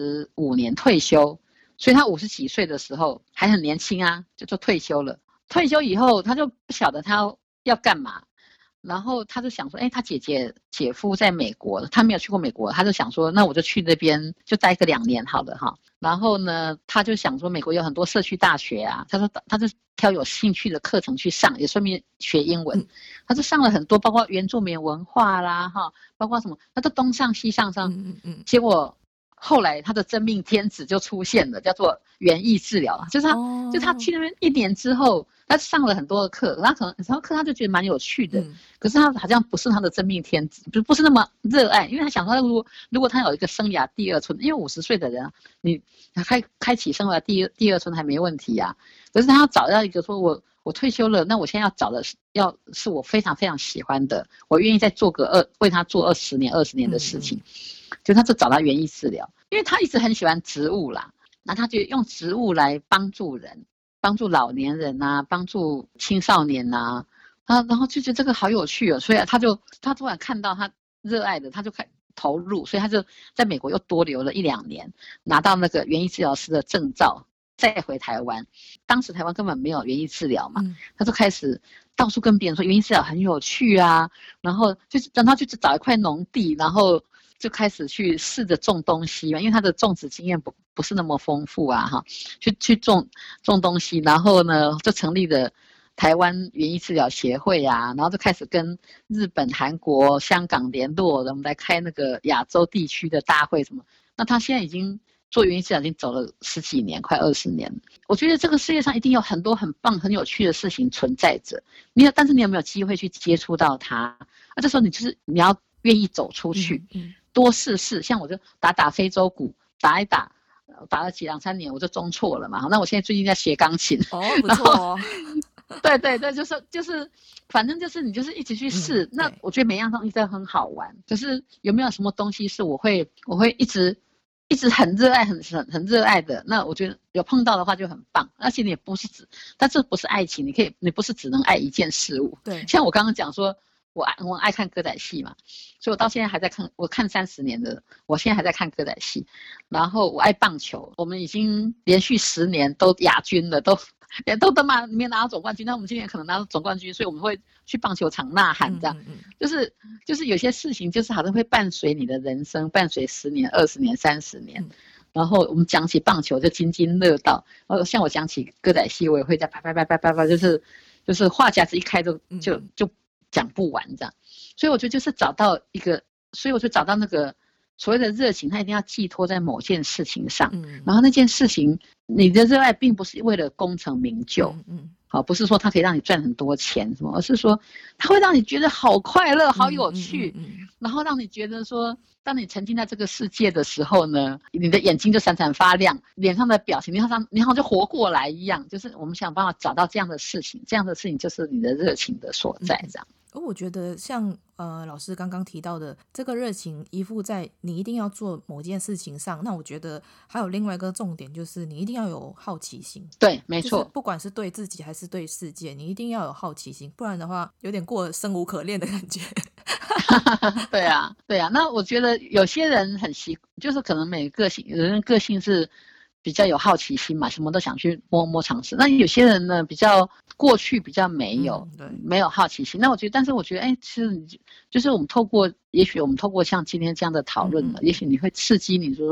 25年退休，所以他50几岁的时候还很年轻啊，就退休了。退休以后他就不晓得他要干嘛，然后他就想说，他姐夫在美国，他没有去过美国，他就想说，那我就去那边就待个2年好了哈。然后呢，他就想说，美国有很多社区大学啊，他说他就挑有兴趣的课程去上，也顺便学英文。他就上了很多，包括原住民文化啦，哈，包括什么，他就东上西上。结果后来他的真命天子就出现了，叫做园艺治疗，就是他去那边1年之后，他上了很多的课，他可能然后课他就觉得蛮有趣的，可是他好像不是他的真命天子，不是那么热爱，因为他想说如果他有一个生涯第二春，因为50岁的人，你开启生涯第二春还没问题啊，可是他要找到一个说我退休了，那我现在要找的是我非常非常喜欢的，我愿意再做为他做20年的事情，就他就找到园艺治疗，因为他一直很喜欢植物啦，那他就用植物来帮助人，帮助老年人啊，帮助青少年啊，然后就觉得这个好有趣哦，所以他突然看到他热爱的，他就投入，所以他就在美国又多留了1-2年，拿到那个园艺治疗师的证照，再回台湾。当时台湾根本没有园艺治疗嘛，他就开始到处跟别人说园艺治疗很有趣啊，然后让他去找一块农地，然后就开始去试着种东西嘛，因为他的种植经验不是那么丰富啊，哈，去种东西，然后呢就成立了台湾园艺治疗协会啊，然后就开始跟日本、韩国、香港联络，我们来开那个亚洲地区的大会什么。那他现在已经做园艺治疗已经走了10几年，快20年。我觉得这个世界上一定有很多很棒、很有趣的事情存在着，但是你有没有机会去接触到它？这时候你要愿意走出去，多试试。像我就打非洲鼓，打一打。打了2-3年我就中辍了嘛，那我现在最近在学钢琴不错哦。 对，就是反正就是你就是一直去试，那我觉得每样东西都很好玩，就是有没有什么东西是我会一直很热爱很热爱的，那我觉得有碰到的话就很棒，而且你也不是但这不是爱情，你不是只能爱一件事物。 对， 像我刚刚讲说我爱看歌仔戏嘛，所以我到现在还在看，我看30年的，我现在还在看歌仔戏。然后我爱棒球，我们已经连续10年都亚军了，都没拿到总冠军，那我们今年可能拿到总冠军，所以我们会去棒球场呐喊，这样，就是有些事情就是好像会伴随你的人生，伴随10年、20年、30年。然后我们讲起棒球就津津乐道，像我讲起歌仔戏，我也会在啪，就是话匣子一开就讲不完这样，所以我觉得就是找到那个所谓的热情，它一定要寄托在某件事情上，然后那件事情你的热爱并不是为了功成名就，好，不是说它可以让你赚很多钱什么，而是说它会让你觉得好快乐、好有趣，然后让你觉得说，当你沉浸在这个世界的时候呢，你的眼睛就闪闪发亮，脸上的表情你好像就活过来一样，就是我们想办法找到这样的事情，就是你的热情的所在，这样。 我觉得像老师刚刚提到的这个热情依附在你一定要做某件事情上，那我觉得还有另外一个重点就是你一定要有好奇心。 对，没错， 就是不管是对自己还是对世界，你一定要有好奇心，不然的话有点过生无可恋的感觉。 对啊，那我觉得有些人就是可能每个人个性是比较有好奇心嘛，什么都想去摸摸尝试。那有些人呢，过去比较没有好奇心。那但是我觉得，其实就是也许我们透过像今天这样的讨论，也许你会刺激你，就是说，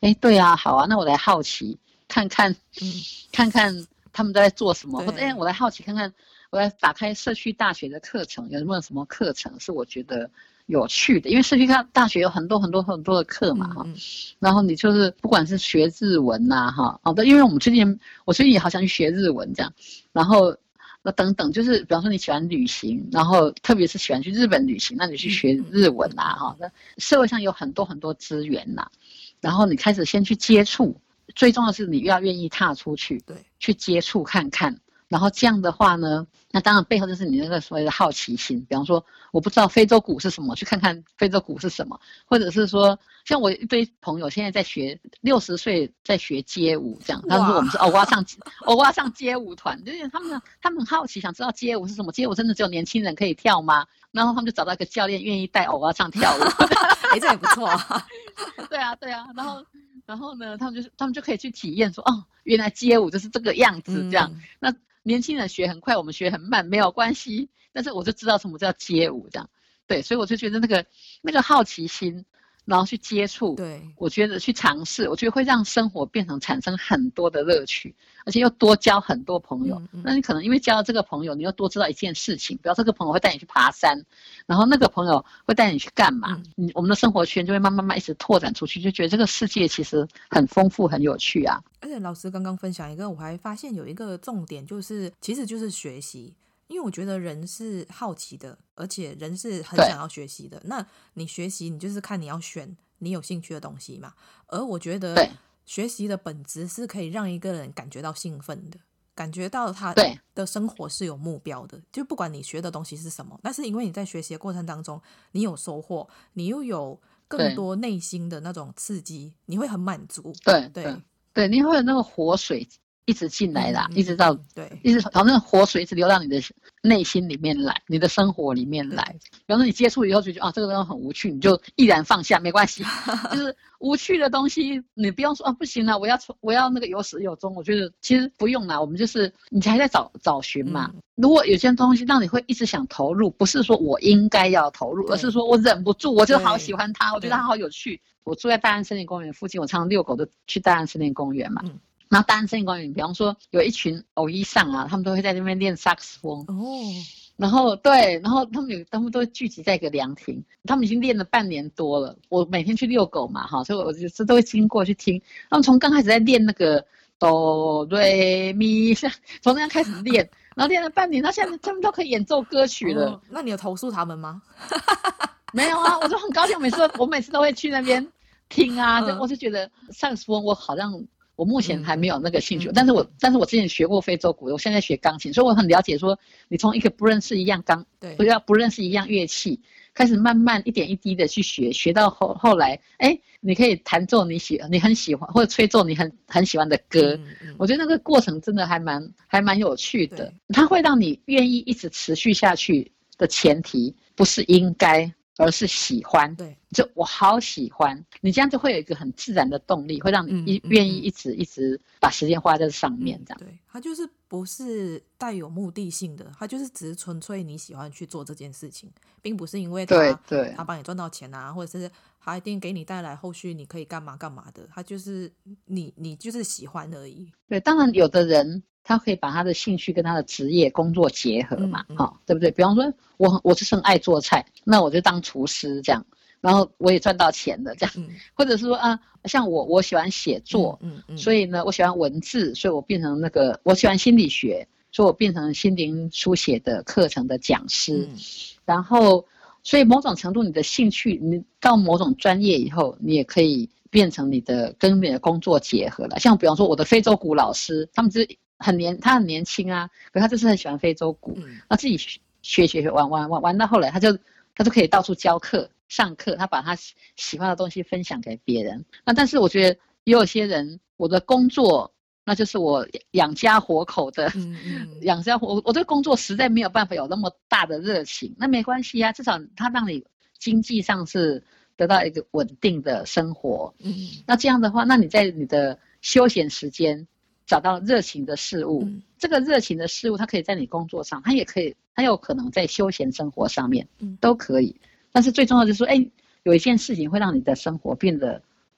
对啊，好啊，那我来好奇看看，看看他们都在做什么，或者我来好奇看看，我来打开社区大学的课程，有没有什么课程是我觉得有趣的？因为社区大学有很多的课嘛，然后你就是不管是学日文呐，因为我最近也好想去学日文这样，然后那等等，就是比方说你喜欢旅行，然后特别是喜欢去日本旅行，那你去学日文呐，那社会上有很多资源呐，然后你开始先去接触，最重要的是你要愿意踏出去， 对， 去接触看看。然后这样的话呢，那当然背后就是你那个所谓的好奇心。比方说，我不知道非洲鼓是什么，去看看非洲鼓是什么，或者是说，像我一堆朋友现在在学，60岁在学街舞，这样。他说我们是欧巴上街舞团，就是他们很好奇，想知道街舞是什么。街舞真的只有年轻人可以跳吗？然后他们就找到一个教练愿意带欧巴上跳舞， 这也不错啊。 对啊，然后呢，他们就可以去体验说，原来街舞就是这个样子，这样。那年轻人学很快，我们学很慢，没有关系。但是我就知道什么叫街舞，这样。对，所以我就觉得那个好奇心，然后去接触， 对， 我觉得去尝试，我觉得会让生活产生很多的乐趣，而且又多交很多朋友。那你可能因为交了这个朋友，你又多知道一件事情，比如这个朋友会带你去爬山，然后那个朋友会带你去干嘛，我们的生活圈就会慢慢一直拓展出去，就觉得这个世界其实很丰富很有趣啊。 而且老师刚刚分享一个，我还发现有一个重点，其实就是学习。因为我觉得人是好奇的，而且人是很想要学习的。那你学习，你就是看你要选你有兴趣的东西嘛。而我觉得学习的本质是可以让一个人感觉到兴奋的，感觉到他的生活是有目标的。就不管你学的东西是什么，但是因为你在学习的过程当中，你有收获，你又有更多内心的那种刺激，你会很满足。 对，你会有那个活水一直进来啦，一直到一直好像活水一直流到你的内心里面来，你的生活里面来。比方说你接触以后就觉得这个东西很无趣，你就毅然放下，没关系。就是无趣的东西，你不用说不行啦，我要那个有始有终。我觉得其实不用啦，我们就是你还在找寻嘛。如果有些东西让你会一直想投入，不是说我应该要投入，而是说我忍不住，我就好喜欢它，我觉得它好有趣。我住在大安森林公园附近，我常常遛狗都去大安森林公园嘛。然后大安森林公园，比方说有一群偶一上啊，他们都会在那边练萨克斯风。然后他们都聚集在一个凉亭，他们已经练了半年多了。我每天去遛狗嘛，所以我就是都会经过去听。他们从刚开始在练那个哆瑞咪，从那样开始练，然后练了半年，到现在他们都可以演奏歌曲了。 那你有投诉他们吗？ 没有啊，我就很高兴，我每次都会去那边听啊。我就觉得萨克斯风我目前还没有那个兴趣，但是我之前学过非洲鼓，我现在学钢琴，所以我很了解说，你从一个不认识一样不认识一样乐器，开始慢慢一点一滴的去学到后来，你可以弹奏你很喜欢，或者吹奏你很喜欢的歌。我觉得那个过程真的还蛮有趣的，它会让你愿意一直持续下去的前提不是应该，而是喜欢。 对， 就我好喜欢，你这样就会有一个很自然的动力，会让你愿意一直把时间花在上面这样。 对，它就是不是带有目的性的，它就是只是纯粹你喜欢去做这件事情，并不是因为他帮你赚到钱啊，或者是他一定给你带来后续你可以干嘛干嘛的，他就是你就是喜欢而已。 对，当然有的人他可以把他的兴趣跟他的职业工作结合嘛，对不对？比方说我就是很爱做菜，那我就当厨师这样，然后我也赚到钱了这样。或者是说像我喜欢写作，所以呢我喜欢文字，所以我变成我喜欢心理学，所以我变成心灵书写的课程的讲师。然后所以某种程度你的兴趣，你到某种专业以后，你也可以变成跟你的工作结合了。像比方说我的非洲鼓老师，他很年轻啊，可他就是很喜欢非洲鼓，他自己学玩到后来，他就可以到处教课上课，他把他喜欢的东西分享给别人。那但是我觉得也有些人，我的工作那就是我养家活口的，我对工作实在没有办法有那么大的热情，那没关系啊，至少他让你经济上是得到一个稳定的生活。那这样的话，那你在你的休闲时间找到热情的事物，这个热情的事物它可以在你工作上，它有可能在休闲生活上面，都可以。但是最重要就是说，有一件事情会让你的生活变得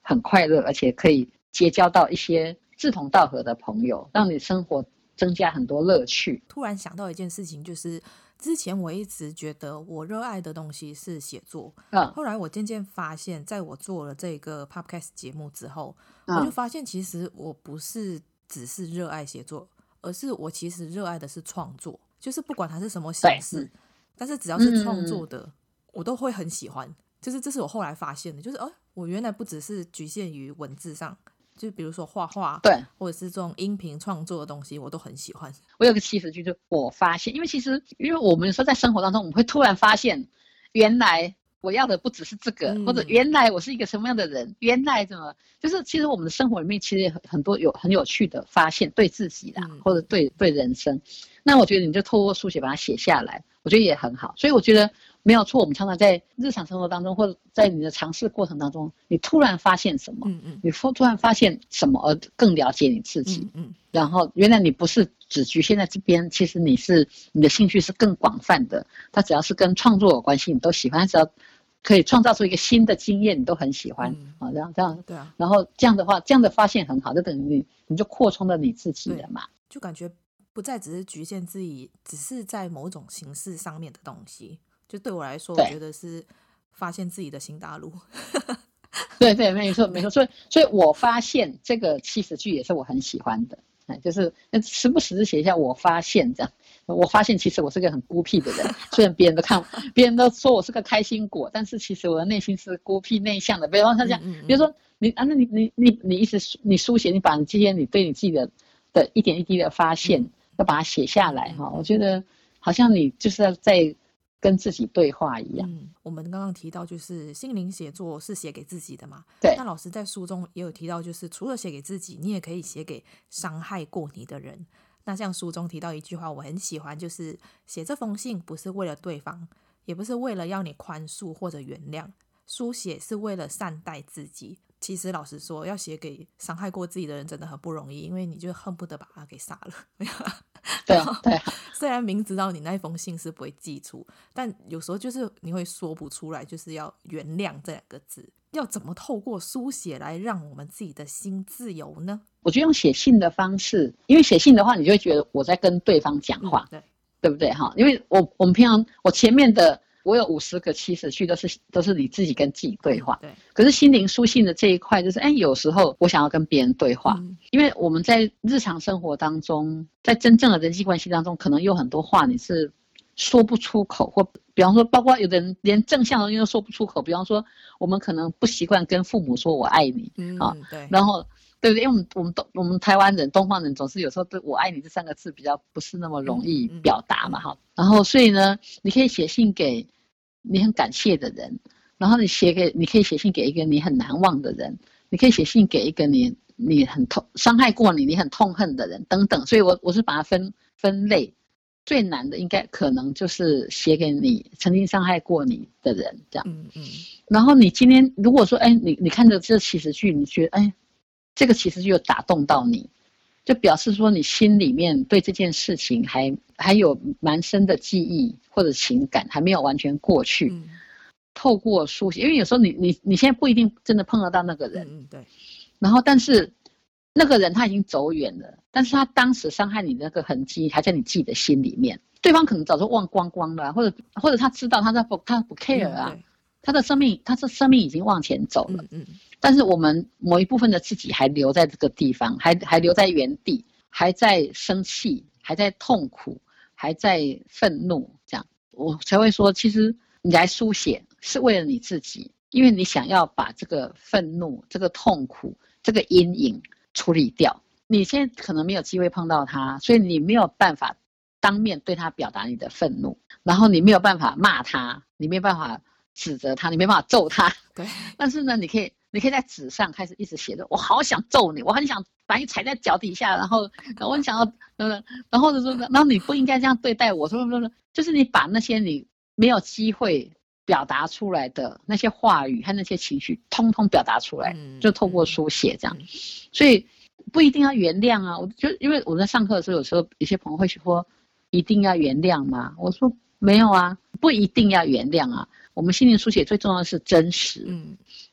很快乐，而且可以结交到一些志同道合的朋友，让你生活增加很多乐趣。 突然想到一件事情，就是之前我一直觉得我热爱的东西是写作，后来我渐渐发现，在我做了这个 podcast 节目之后，我就发现其实我不是只是热爱写作，而是我其实热爱的是创作，就是不管它是什么形式，但是只要是创作的，我都会很喜欢。就是这是我后来发现的，就是我原来不只是局限于文字上，就比如说画画，对，或者是这种音频创作的东西，我都很喜欢。 我有个70句，就我发现，因为我们有时候在生活当中，我们会突然发现，原来我要的不只是这个，或者原来我是一个什么样的人，原来怎么，就是其实我们的生活里面其实很多很有趣的发现，对自己啦，或者对人生。那我觉得你就透过书写把它写下来，我觉得也很好。所以我觉得没有错，我们常常在日常生活当中，或者在你的尝试过程当中，你突然发现什么，你突然发现什么，而更了解你自己，然后原来你不是只局限在这边，其实你的兴趣是更广泛的，它只要是跟创作有关系，你都喜欢，只要可以创造出一个新的经验，你都很喜欢，这样，对啊。然后这样的话，这样的发现很好，就等于你就扩充了你自己了嘛， 就感觉不再只是局限自己，只是在某种形式上面的东西。就对我来说，我觉得是发现自己的新大陆。 对，没错。所以我发现这个70句也是我很喜欢的，就是时不时写一下我发现这样。我发现其实我是个很孤僻的人，虽然别人都说我是个开心果，但是其实我的内心是孤僻内向的。比方说这样，比如说你一直你书写，你把这些你对你自己的一点一滴的发现，要把它写下来哈。我觉得好像你就是在跟自己对话一样。 我们刚刚提到就是心灵写作是写给自己的嘛， 对。 那老师在书中也有提到，就是除了写给自己，你也可以写给伤害过你的人。那像书中提到一句话我很喜欢，就是写这封信不是为了对方，也不是为了要你宽恕或者原谅，书写是为了善待自己。其实老实说，要写给伤害过自己的人真的很不容易，因为你就恨不得把他给杀了。 对， 虽然明知道你那封信是不会寄出，但有时候就是你会说不出来，就是要原谅这2个字。要怎么透过书写来让我们自己的心自由呢？ 我就用写信的方式，因为写信的话，你就会觉得我在跟对方讲话，对不对哈？因为我们平常我前面的我有50个70句都是你自己跟自己对话，对。可是心灵书信的这一块，就是有时候我想要跟别人对话，因为我们在日常生活当中，在真正的人际关系当中，可能有很多话你是说不出口，或比方说，包括有的人连正向的东西都说不出口。比方说，我们可能不习惯跟父母说我爱你，对，然后对不对？因为我们台湾人、东方人总是有时候对我爱你这3个字比较不是那么容易表达嘛，哈。然后所以呢，你可以写信给你很感谢的人，然后你可以写信给一个你很难忘的人，你可以写信给一个你很伤害过你很痛恨的人等等。所以我是把它分类。最难的应该可能就是写给你曾经伤害过你的人，这样。然后你今天如果说，你看着这70句，你觉得，这个70句有打动到你，就表示说你心里面对这件事情还有蛮深的记忆或者情感，还没有完全过去。透过书写，因为有时候你现在不一定真的碰得到那个人，对。然后但是那个人他已经走远了，但是他当时伤害你的那个痕迹还在你自己的心里面，对方可能早就忘光光了，或者他知道他不 care 啊，他的生命已经往前走了，但是我们某一部分的自己还留在这个地方，还留在原地，还在生气，还在痛苦，还在愤怒，这样我才会说，其实你来书写是为了你自己，因为你想要把这个愤怒、这个痛苦、这个阴影处理掉。你现在可能没有机会碰到他，所以你没有办法当面对他表达你的愤怒，然后你没有办法骂他，你没有办法指责他，你没办法揍他。对。但是呢，你可以在纸上开始一直写着，我好想揍你，我很想把你踩在脚底下，然后我很想要，然后说，然后你不应该这样对待我，说，就是你把那些你没有机会表达出来的那些话语和那些情绪通通表达出来，就透过书写这样。所以不一定要原谅啊，我就因为我在上课的时候，有时候有些朋友会说一定要原谅吗？我说没有啊，不一定要原谅啊。我们心灵书写最重要的是真实，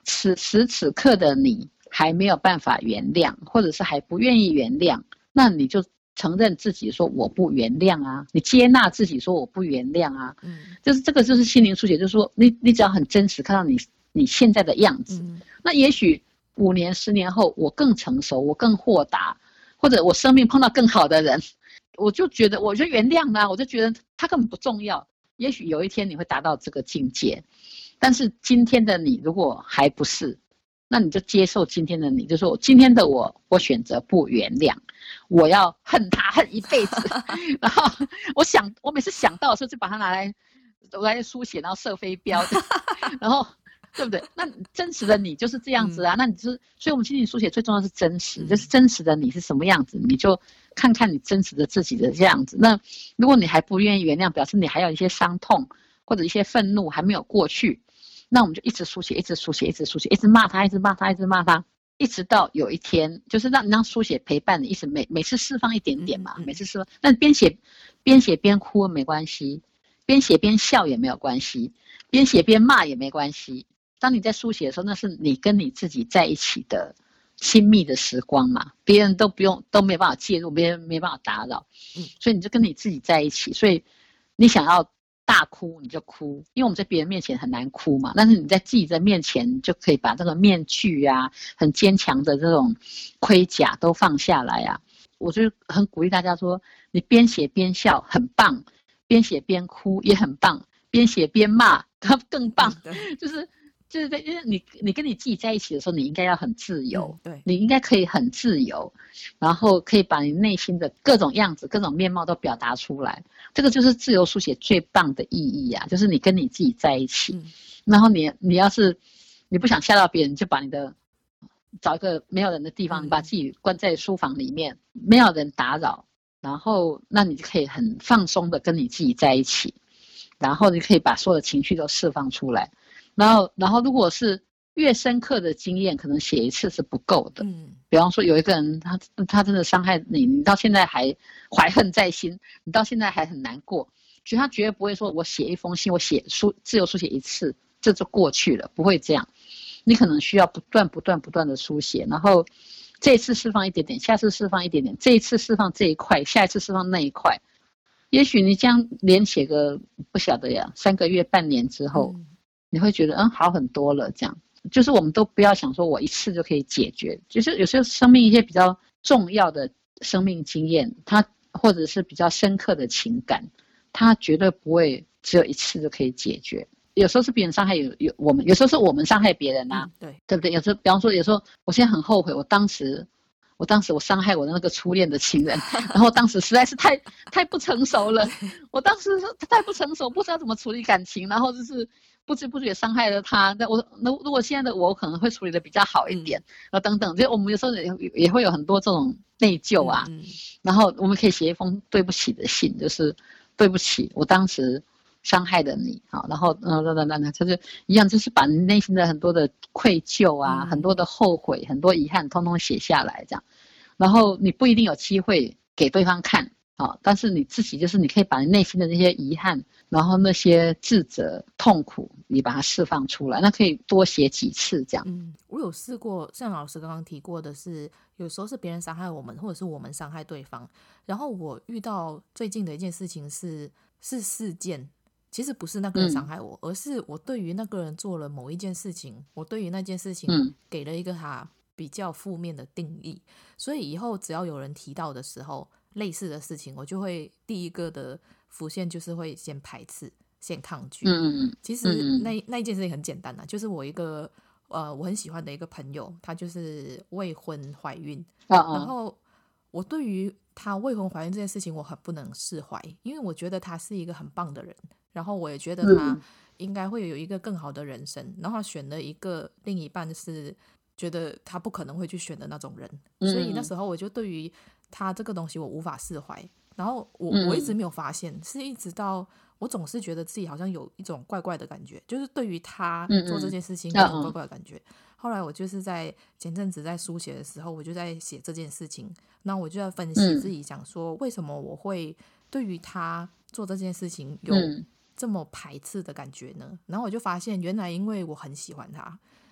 此时此刻的你还没有办法原谅，或者是还不愿意原谅，那你就承认自己说我不原谅啊，你接纳自己说我不原谅啊，就是这个就是心灵书写，就是说你只要很真实看到你现在的样子，那也许5年10年后我更成熟，我更豁达，或者我生命碰到更好的人，我就原谅了，我就觉得他根本不重要。也许有一天你会达到这个境界，但是今天的你如果还不是，那你就接受今天的你，就说今天的我选择不原谅，我要恨他恨一辈子。然后我每次想到的时候就把它拿来书写，然后射飞镖，然后对不对？那真实的你就是这样子啊。那你就是，所以我们心理书写最重要是真实，就是真实的你是什么样子，你就看看你真实的自己的这样子。那如果你还不愿意原谅，表示你还有一些伤痛或者一些愤怒还没有过去，那我们就一直书写，一直书写，一直书写，一直骂他，一直骂他，一直骂他，一直到有一天，就是让书写陪伴你，一直每次释放一点点嘛，每次释放。那边写边哭没关系，边写边笑也没有关系，边写边骂也没关系。当你在书写的时候，那是你跟你自己在一起的亲密的时光嘛，别人都没办法介入，别人没办法打扰，所以你就跟你自己在一起。所以你想要大哭你就哭，因为我们在别人面前很难哭嘛，但是你在自己的面前就可以把这个面具啊，很坚强的这种盔甲都放下来啊。我就很鼓励大家说，你边写边笑很棒，边写边哭也很棒，边写边骂它更棒，就是在，因为你跟你自己在一起的时候，你应该要很自由， 对， 你应该可以很自由，然后可以把你内心的各种样子、各种面貌都表达出来。这个就是自由书写最棒的意义啊，就是你跟你自己在一起，然后你要是你不想吓到别人，就把你的找一个没有人的地方，你把自己关在书房里面，没有人打扰，然后那你就可以很放松的跟你自己在一起，然后你可以把所有的情绪都释放出来。然后如果是越深刻的经验，可能写一次是不够的。比方说有一个人他真的伤害你，你到现在还怀恨在心，你到现在还很难过，其实他绝对不会说我写一封信，我自由书写一次这就过去了，不会这样。你可能需要不断的书写，然后这一次释放一点点，下次释放一点点，这一次释放这一块，下一次释放那一块。也许你这样连写个不晓得呀，3个月半年之后，你会觉得好很多了。这样就是我们都不要想说我一次就可以解决，就是有时候生命一些比较重要的生命经验，它或者是比较深刻的情感，它绝对不会只有一次就可以解决。有时候是别人伤害有我们，有时候是我们伤害别人啊，对不对？有时候比方说，有时候我现在很后悔，我当时我伤害我的那个初恋的情人，然后当时实在是太不成熟了，我当时太不成熟，不知道怎么处理感情，然后就是不知不觉伤害了他。那如果现在的我可能会处理的比较好一点，等等，就我们有时候也会有很多这种内疚啊，然后我们可以写一封对不起的信，就是对不起，我当时伤害了你，好，然后就是一样，就是把你内心的很多的愧疚啊，很多的后悔，很多遗憾，通通写下来，这样，然后你不一定有机会给对方看，但是你自己就是你可以把你内心的那些遗憾，然后那些自责、痛苦，你把它释放出来，那可以多写几次这样。 我有试过，像老师刚刚提过的是，有时候是别人伤害我们，或者是我们伤害对方。然后我遇到最近的一件事情是事件。其实不是那个人伤害我，而是我对于那个人做了某一件事情，我对于那件事情给了一个他比较负面的定义，所以以后只要有人提到的时候，类似的事情，我就会第一个的浮现就是会先排斥、先抗拒。其实那一件事情很简单啊，就是我一个我很喜欢的一个朋友，她就是未婚怀孕，然后我对于她未婚怀孕这件事情我很不能释怀，因为我觉得她是一个很棒的人。然后我也觉得他应该会有一个更好的人生，然后他选了一个另一半是觉得他不可能会去选的那种人，所以那时候我就对于他这个东西我无法释怀，然后我一直没有发现，是一直到我总是觉得自己好像有一种怪怪的感觉，就是对于他做这件事情有一种怪怪的感觉。后来我就是在前阵子在书写的时候，我就在写这件事情，那我就在分析自己，想说为什么我会对于他做这件事情有这么排斥的感觉呢？然后我就发现原来因为我很喜欢他，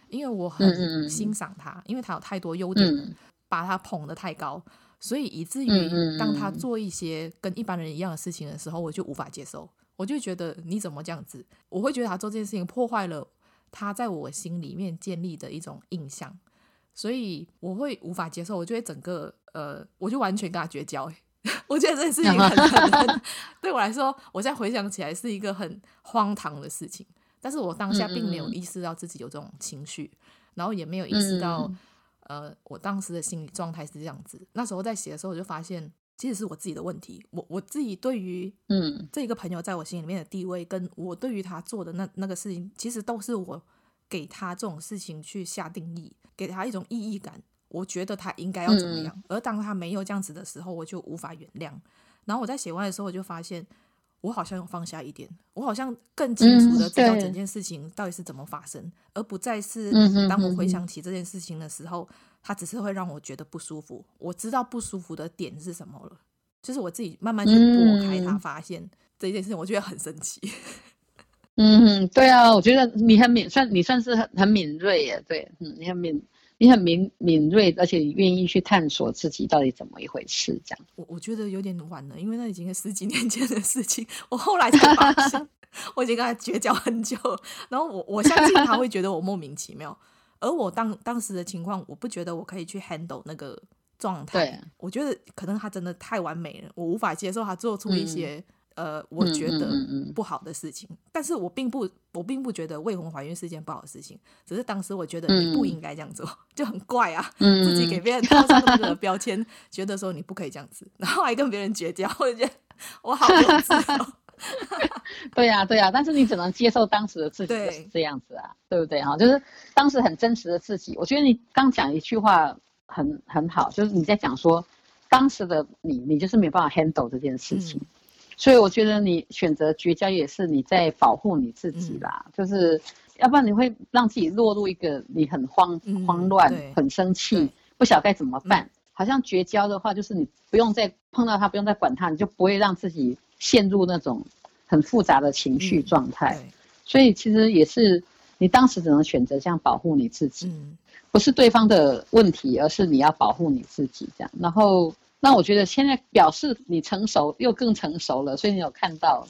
因为我很欣赏他，因为他有太多优点了，把他捧得太高，所以以至于当他做一些跟一般人一样的事情的时候，我就无法接受，我就觉得你怎么这样子，我会觉得他做这件事情破坏了他在我心里面建立的一种印象，所以我会无法接受，我就会整个我就完全跟他绝交我觉得这件事情很对我来说，我现在回想起来是一个很荒唐的事情，但是我当下并没有意识到自己有这种情绪，然后也没有意识到我当时的心理状态是这样子。那时候在写的时候，我就发现其实是我自己的问题，我自己对于这个朋友在我心里面的地位，跟我对于他做的那个事情，其实都是我给他这种事情去下定义，给他一种意义感，我觉得他应该要怎么样，而当他没有这样子的时候，我就无法原谅。然后我在写完的时候，我就发现我好像有放下一点，我好像更清楚的知道整件事情到底是怎么发生，而不再是当我回想起这件事情的时候，它只是会让我觉得不舒服，我知道不舒服的点是什么了，就是我自己慢慢去拨开它，发现这件事情我觉得很神奇。 对啊，我觉得你算是很敏锐耶，对，你很敏锐，而且愿意去探索自己到底怎么一回事，这样。 我觉得有点晚了，因为那已经是10几年前的事情，我后来才发现我已经跟他绝交很久了，然后我相信他会觉得我莫名其妙，而我当时的情况，我不觉得我可以去 handle 那个状态，我觉得可能他真的太完美了，我无法接受他做出一些我觉得不好的事情，但是我并不觉得未婚怀孕是件不好的事情，只是当时我觉得你不应该这样做，就很怪啊，自己给别人套上那个标签，觉得说你不可以这样子，然后还跟别人绝交，我就觉得我好幼稚哦。 对啊，但是你只能接受当时的自己就是这样子啊，对不对？就是当时很真实的自己。我觉得你刚讲一句话很好，就是你在讲说当时的你就是没办法 handle 这件事情。所以我觉得你选择绝交也是你在保护你自己啦，就是要不然你会让自己落入一个你很慌乱、很生气，不晓得该怎么办。好像绝交的话，就是你不用再碰到他，不用再管他，你就不会让自己陷入那种很复杂的情绪状态。所以其实也是你当时只能选择这样保护你自己，不是对方的问题，而是你要保护你自己这样。然后那我觉得现在表示你成熟又更成熟了，所以你有看到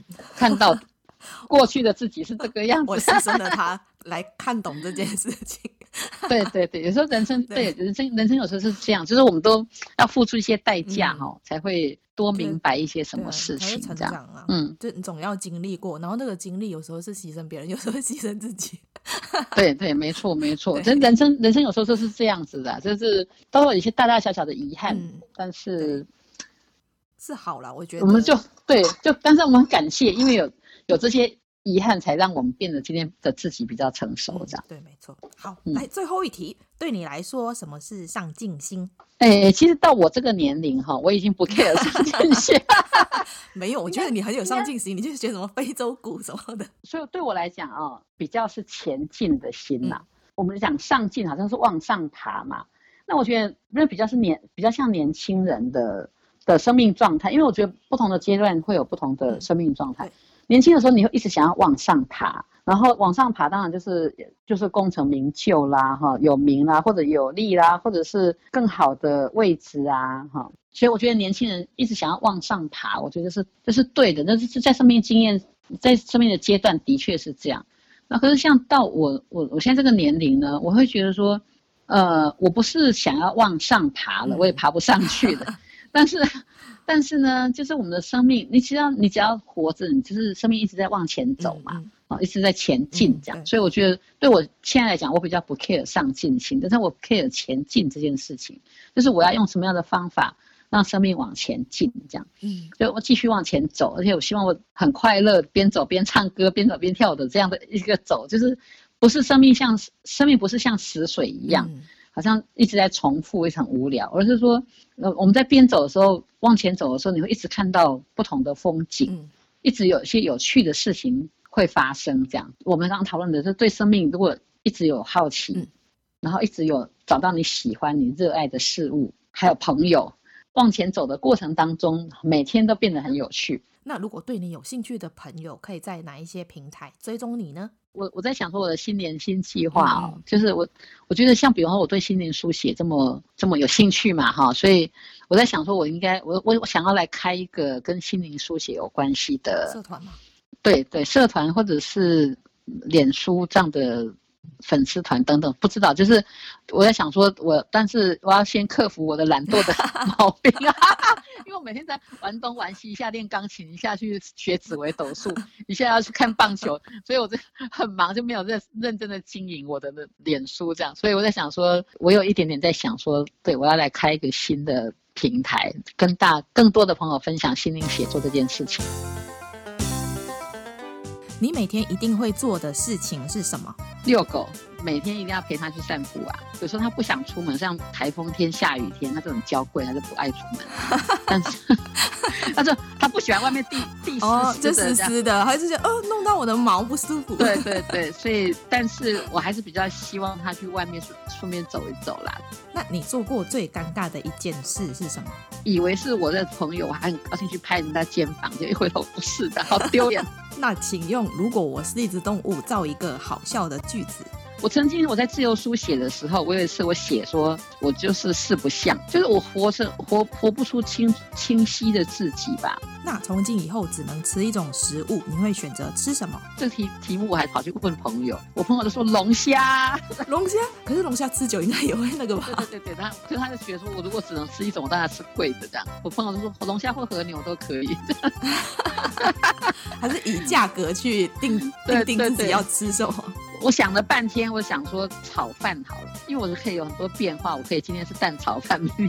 过去的自己是这个样子， 我牺牲了他来看懂这件事情。 对，有时候人生有时候是这样，就是我们都要付出一些代价才会多明白一些什么事情， 成长啊，就你总要经历过，然后那个经历有时候是牺牲别人，有时候牺牲自己。 对，没错，人生有时候就是这样子的，就是都有一些大大小小的遗憾，但是是好啦，我觉得我们但是我们很感谢，因为有这些遗憾，才让我们变得今天的自己比较成熟，这样。 对，没错。好，来最后一题，对你来说，什么是上进心？ 其实到我这个年龄我已经不 care 上进心。 没有，我觉得你很有上进心，你就是学什么非洲鼓什么的。 所以对我来讲比较是前进的心啦。我们讲上进好像是往上爬嘛，那我觉得那比较像年轻人的生命状态，因为我觉得不同的阶段会有不同的生命状态。年轻的时候你会一直想要往上爬，然后往上爬当然就是功成名就啦，有名啦，或者有利啦，或者是更好的位置啊，所以我觉得年轻人一直想要往上爬，我觉得这是对的，那是在生命经验，在生命的阶段的确是这样。那可是像到我现在这个年龄呢，我会觉得说我不是想要往上爬了，我也爬不上去了。但是呢，就是我们的生命，你只要活着，你就是生命一直在往前走嘛，一直在前进这样。所以我觉得对我现在来讲，我比较不 care 上进心，但是我 care 前进这件事情，就是我要用什么样的方法让生命往前进这样。所以我继续往前走，而且我希望我很快乐，边走边唱歌，边走边跳的这样的一个走，就是不是生命不是像死水一样。好像一直在重复，会很无聊，而是说，我们在边走的时候，往前走的时候，你会一直看到不同的风景，一直有一些有趣的事情会发生。这样，我们刚刚讨论的是对生命，如果一直有好奇，然后一直有找到你喜欢、你热爱的事物，还有朋友，往前走的过程当中，每天都变得很有趣。 那如果对你有兴趣的朋友，可以在哪一些平台追踪你呢？ 我在想说我的新年新计划就是我觉得像比方说我对心灵书写这么有兴趣嘛所以我在想说我应该我想要来开一个跟心灵书写有关系的社团吗？ 对，社团或者是脸书这样的粉丝团等等，不知道，就是我在想说但是我要先克服我的懒惰的毛病因为我每天在玩东玩西，一下练钢琴，一下去学紫微斗数，一下要去看棒球，所以我就很忙，就没有认真的经营我的脸书这样，所以我在想说，我有一点点在想说，对，我要来开一个新的平台，跟更多的朋友分享心灵写作这件事情。 你每天一定会做的事情是什么？ 遛狗，每天一定要陪他去散步啊。有时候他不想出门，像台风天、下雨天，他这种娇贵，他就不爱出门。但是他不喜欢外面地湿湿湿的，还是觉得弄到我的毛不舒服。 对对对，所以但是我还是比较希望他去外面顺便走一走啦。 那你做过最尴尬的一件事是什么？ 以为是我的朋友，我还很高兴去拍人家肩膀，就一回头不是的，好丢脸。 那请用如果我是一只动物造一个好笑的句子。 我曾经我在自由书写的时候，我有一次我写说我就是四不像，就是我活不出清晰的自己吧。 那从今以后只能吃一种食物，你会选择吃什么？ 这题目我还跑去问朋友，我朋友就说龙虾。 龙虾？可是龙虾吃久应该也会那个吧？ 对，他就觉得说我如果只能吃一种，我当然吃贵的这样。我朋友就说龙虾或和牛都可以。 还是以价格去定自己要吃什么？ 我想了半天，我想说炒饭好了，因为我可以有很多变化，我可以今天是蛋炒饭，明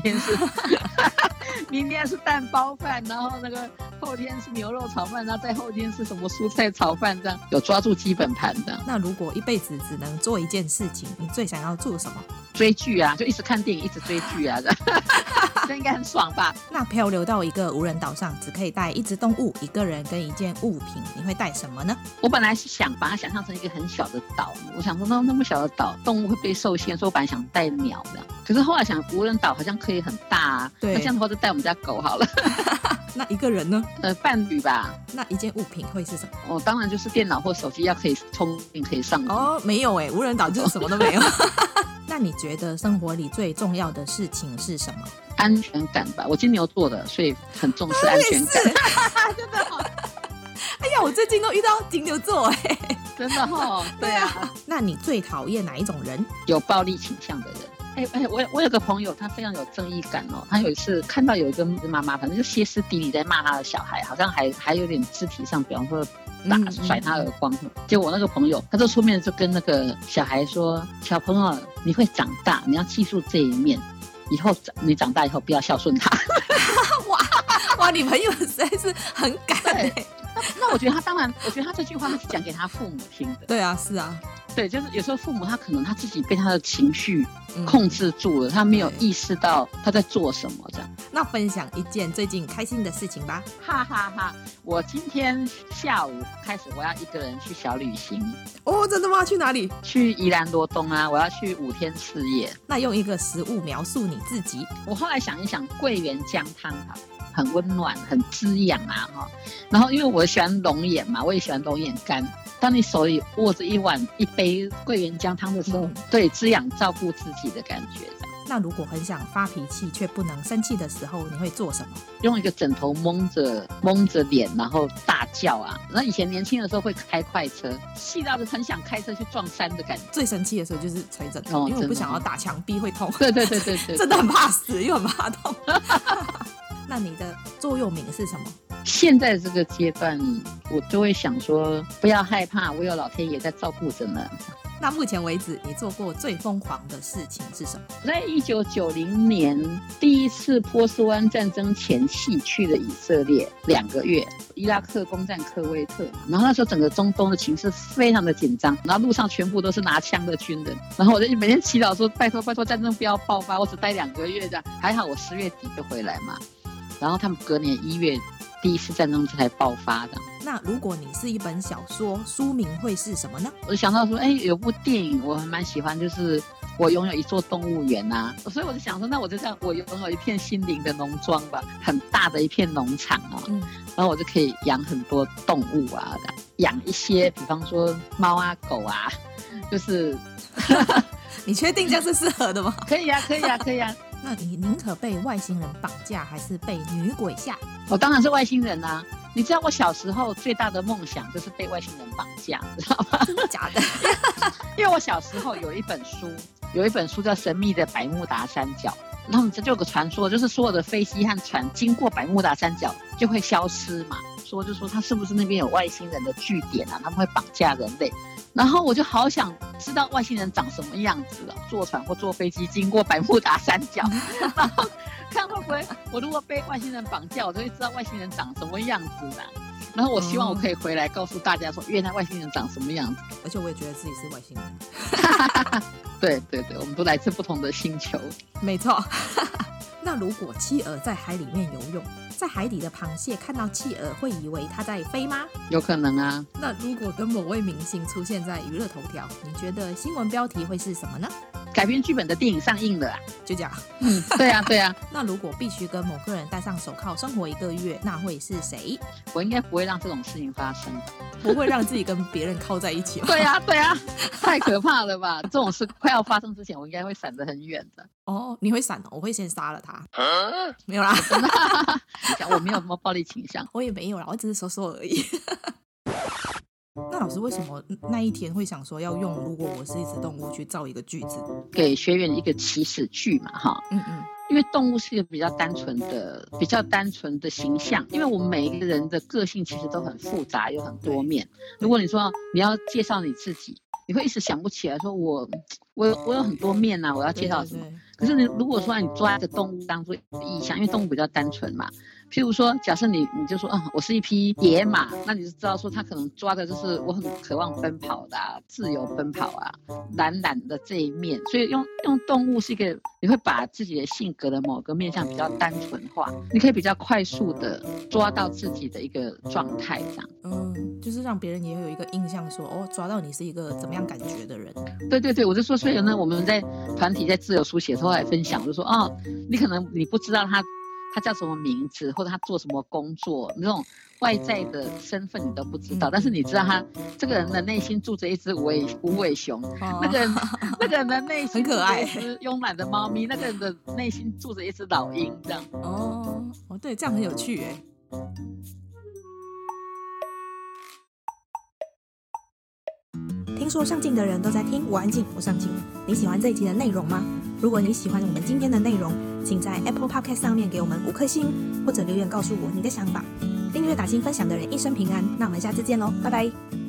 天是蛋包饭，然后那个后天是牛肉炒饭，然后再后天是什么蔬菜炒饭，这样有抓住基本盘这样。 那如果一辈子只能做一件事情，你最想要做什么？ 追剧啊，就一直看电影，一直追剧啊，这应该很爽吧？ 那漂流到一个无人岛上，只可以带一只动物、一个人跟一件物品，你会带什么呢？ 我本来是想把它想象成一个很小的岛，我想说那么小的岛，动物会被受限，所以我本来想带鸟这样。可是后来想，无人岛好像可以很大啊，对，那这样的话就带我们家狗好了。 那一个人呢？ 伴侣吧。 那一件物品会是什么？ 当然就是电脑或手机，要可以充电，可以上网。 没有无人岛就是什么都没有。那你觉得生活里最重要的事情是什么？ 安全感吧。我金牛座的，所以很重视安全感。真的哎呀，我最近都遇到金牛座真的对啊。 那你最讨厌哪一种人？ 有暴力倾向的人。我有个朋友，他非常有正义感他有一次看到有一个妈妈，反正就歇斯底里在骂他的小孩，好像还有点肢体上，比方说甩他耳光。结果我那个朋友他就出面就跟那个小孩说，小朋友你会长大，你要记住这一面，以后你长大以后不要孝顺他。 哇，你朋友实在是很敢那我觉得他这句话他是讲给他父母听的。 对啊，是啊。 对，就是有时候父母他可能他自己被他的情绪控制住了，他没有意识到他在做什么这样。 那分享一件最近开心的事情吧。 哈哈哈！我今天下午开始我要一个人去小旅行。 真的吗？去哪里？ 去宜兰罗东啊，我要去5天4夜。 那用一个食物描述你自己。我后来想一想，桂圆姜汤很温暖，很滋养啊然后因为我喜欢龙眼嘛，我也喜欢龙眼干。当你手里握着一杯桂圆姜汤的时候，对，滋养照顾自己的感觉。 那如果很想发脾气却不能生气的时候，你会做什么？ 用一个枕头蒙着脸，然后大叫啊！那以前年轻的时候会开快车，气到很想开车去撞山的感觉。 最生气的时候就是捶枕头，因为我不想要打墙壁会痛。 对， 真的很怕死又很怕痛。那你的座右铭是什么？ 现在这个阶段，我就会想说，不要害怕，我有老天爷在照顾着呢。 那目前为止，你做过最疯狂的事情是什么？ 在1990年第一次波斯湾战争前夕去了以色列2个月，伊拉克攻占科威特嘛，然后那时候整个中东的情势非常的紧张，然后路上全部都是拿枪的军人，然后我就每天祈祷说，拜托战争不要爆发，我只待2个月这样，还好我10月底就回来嘛，然后他们隔年1月第一次战争才爆发的。 那如果你是一本小说，书名会是什么呢？ 我就想到说，有部电影我还蛮喜欢，就是我拥有一座动物园啊，所以我就想说，那我就这样，我拥有一片心灵的农庄吧，很大的一片农场啊，然后我就可以养很多动物啊，养一些，比方说猫啊、狗啊，就是。 你确定这样是适合的吗？ 可以啊，可以啊，可以啊。 那你宁可被外星人绑架，还是被女鬼吓？ 我当然是外星人啊！你知道我小时候最大的梦想就是被外星人绑架，知道吗？ 真的假的？ 因为我小时候有一本书叫《神秘的百慕达三角》，然后这就有个传说，就是所有的飞机和船经过百慕达三角就会消失嘛，就说它是不是那边有外星人的据点啊？他们会绑架人类。然后我就好想知道外星人长什么样子啊，坐船或坐飞机经过百慕达三角，然后看会不会我如果被外星人绑架，我就会知道外星人长什么样子的。然后我希望我可以回来告诉大家说，原来外星人长什么样子。 而且我也觉得自己是外星人。 对对对，我们都来自不同的星球。 没错。那如果企鹅在海里面游泳，在海底的螃蟹看到企鹅会以为它在飞吗？ 有可能啊。 那如果跟某位明星出现在娱乐头条，你觉得新闻标题会是什么呢？ 改编剧本的电影上映了啊。 就这样。 对啊对啊。 那如果必须跟某个人戴上手铐生活1个月，那会是谁？ 我应该不会让这种事情发生。 不会让自己跟别人靠在一起吗？ 对啊对啊，太可怕了吧。这种事快要发生之前，我应该会闪得很远的。 哦，你会闪哦？我会先杀了他。没有啦。 你讲我没有什么暴力倾向。 我也没有啦，我只是说说而已。那老师为什么那一天会想说要用如果我是一只动物去造一个句子， 给学员一个起始句嘛？哈，因为动物是一个比较单纯的形象，因为我们每一个人的个性其实都很复杂，有很多面。如果你说你要介绍你自己，你会一时想不起来，说我有很多面啊，我要介绍什么？可是你如果说你抓一个动物当做意象，因为动物比较单纯嘛。譬如说，假设你就说我是一匹野马，那你就知道说他可能抓的就是我很渴望奔跑的自由奔跑啊，懒懒的这一面。所以用动物是一个，你会把自己的性格的某个面向比较单纯化，你可以比较快速的抓到自己的一个状态，这样。 就是让别人也有一个印象说，抓到你是一个怎么样感觉的人。 对对对，我就说，所以呢，我们在团体在自由书写的时候来分享，我就说你可能你不知道他叫什么名字，或者他做什么工作，那种外在的身份你都不知道，但是你知道他这个人的内心住着一只无尾熊，那个人的内心很可爱，一只慵懒的猫咪，那个人的内心住着一只老鹰，这样。 对，这样很有趣耶。听说上镜的人都在听，我安静，我上镜。你喜欢这一集的内容吗？如果你喜欢我们今天的内容，请在 Apple Podcast 上面给我们5颗星，或者留言告诉我你的想法。订阅、打星、分享的人一生平安。那我们下次见喽，拜拜。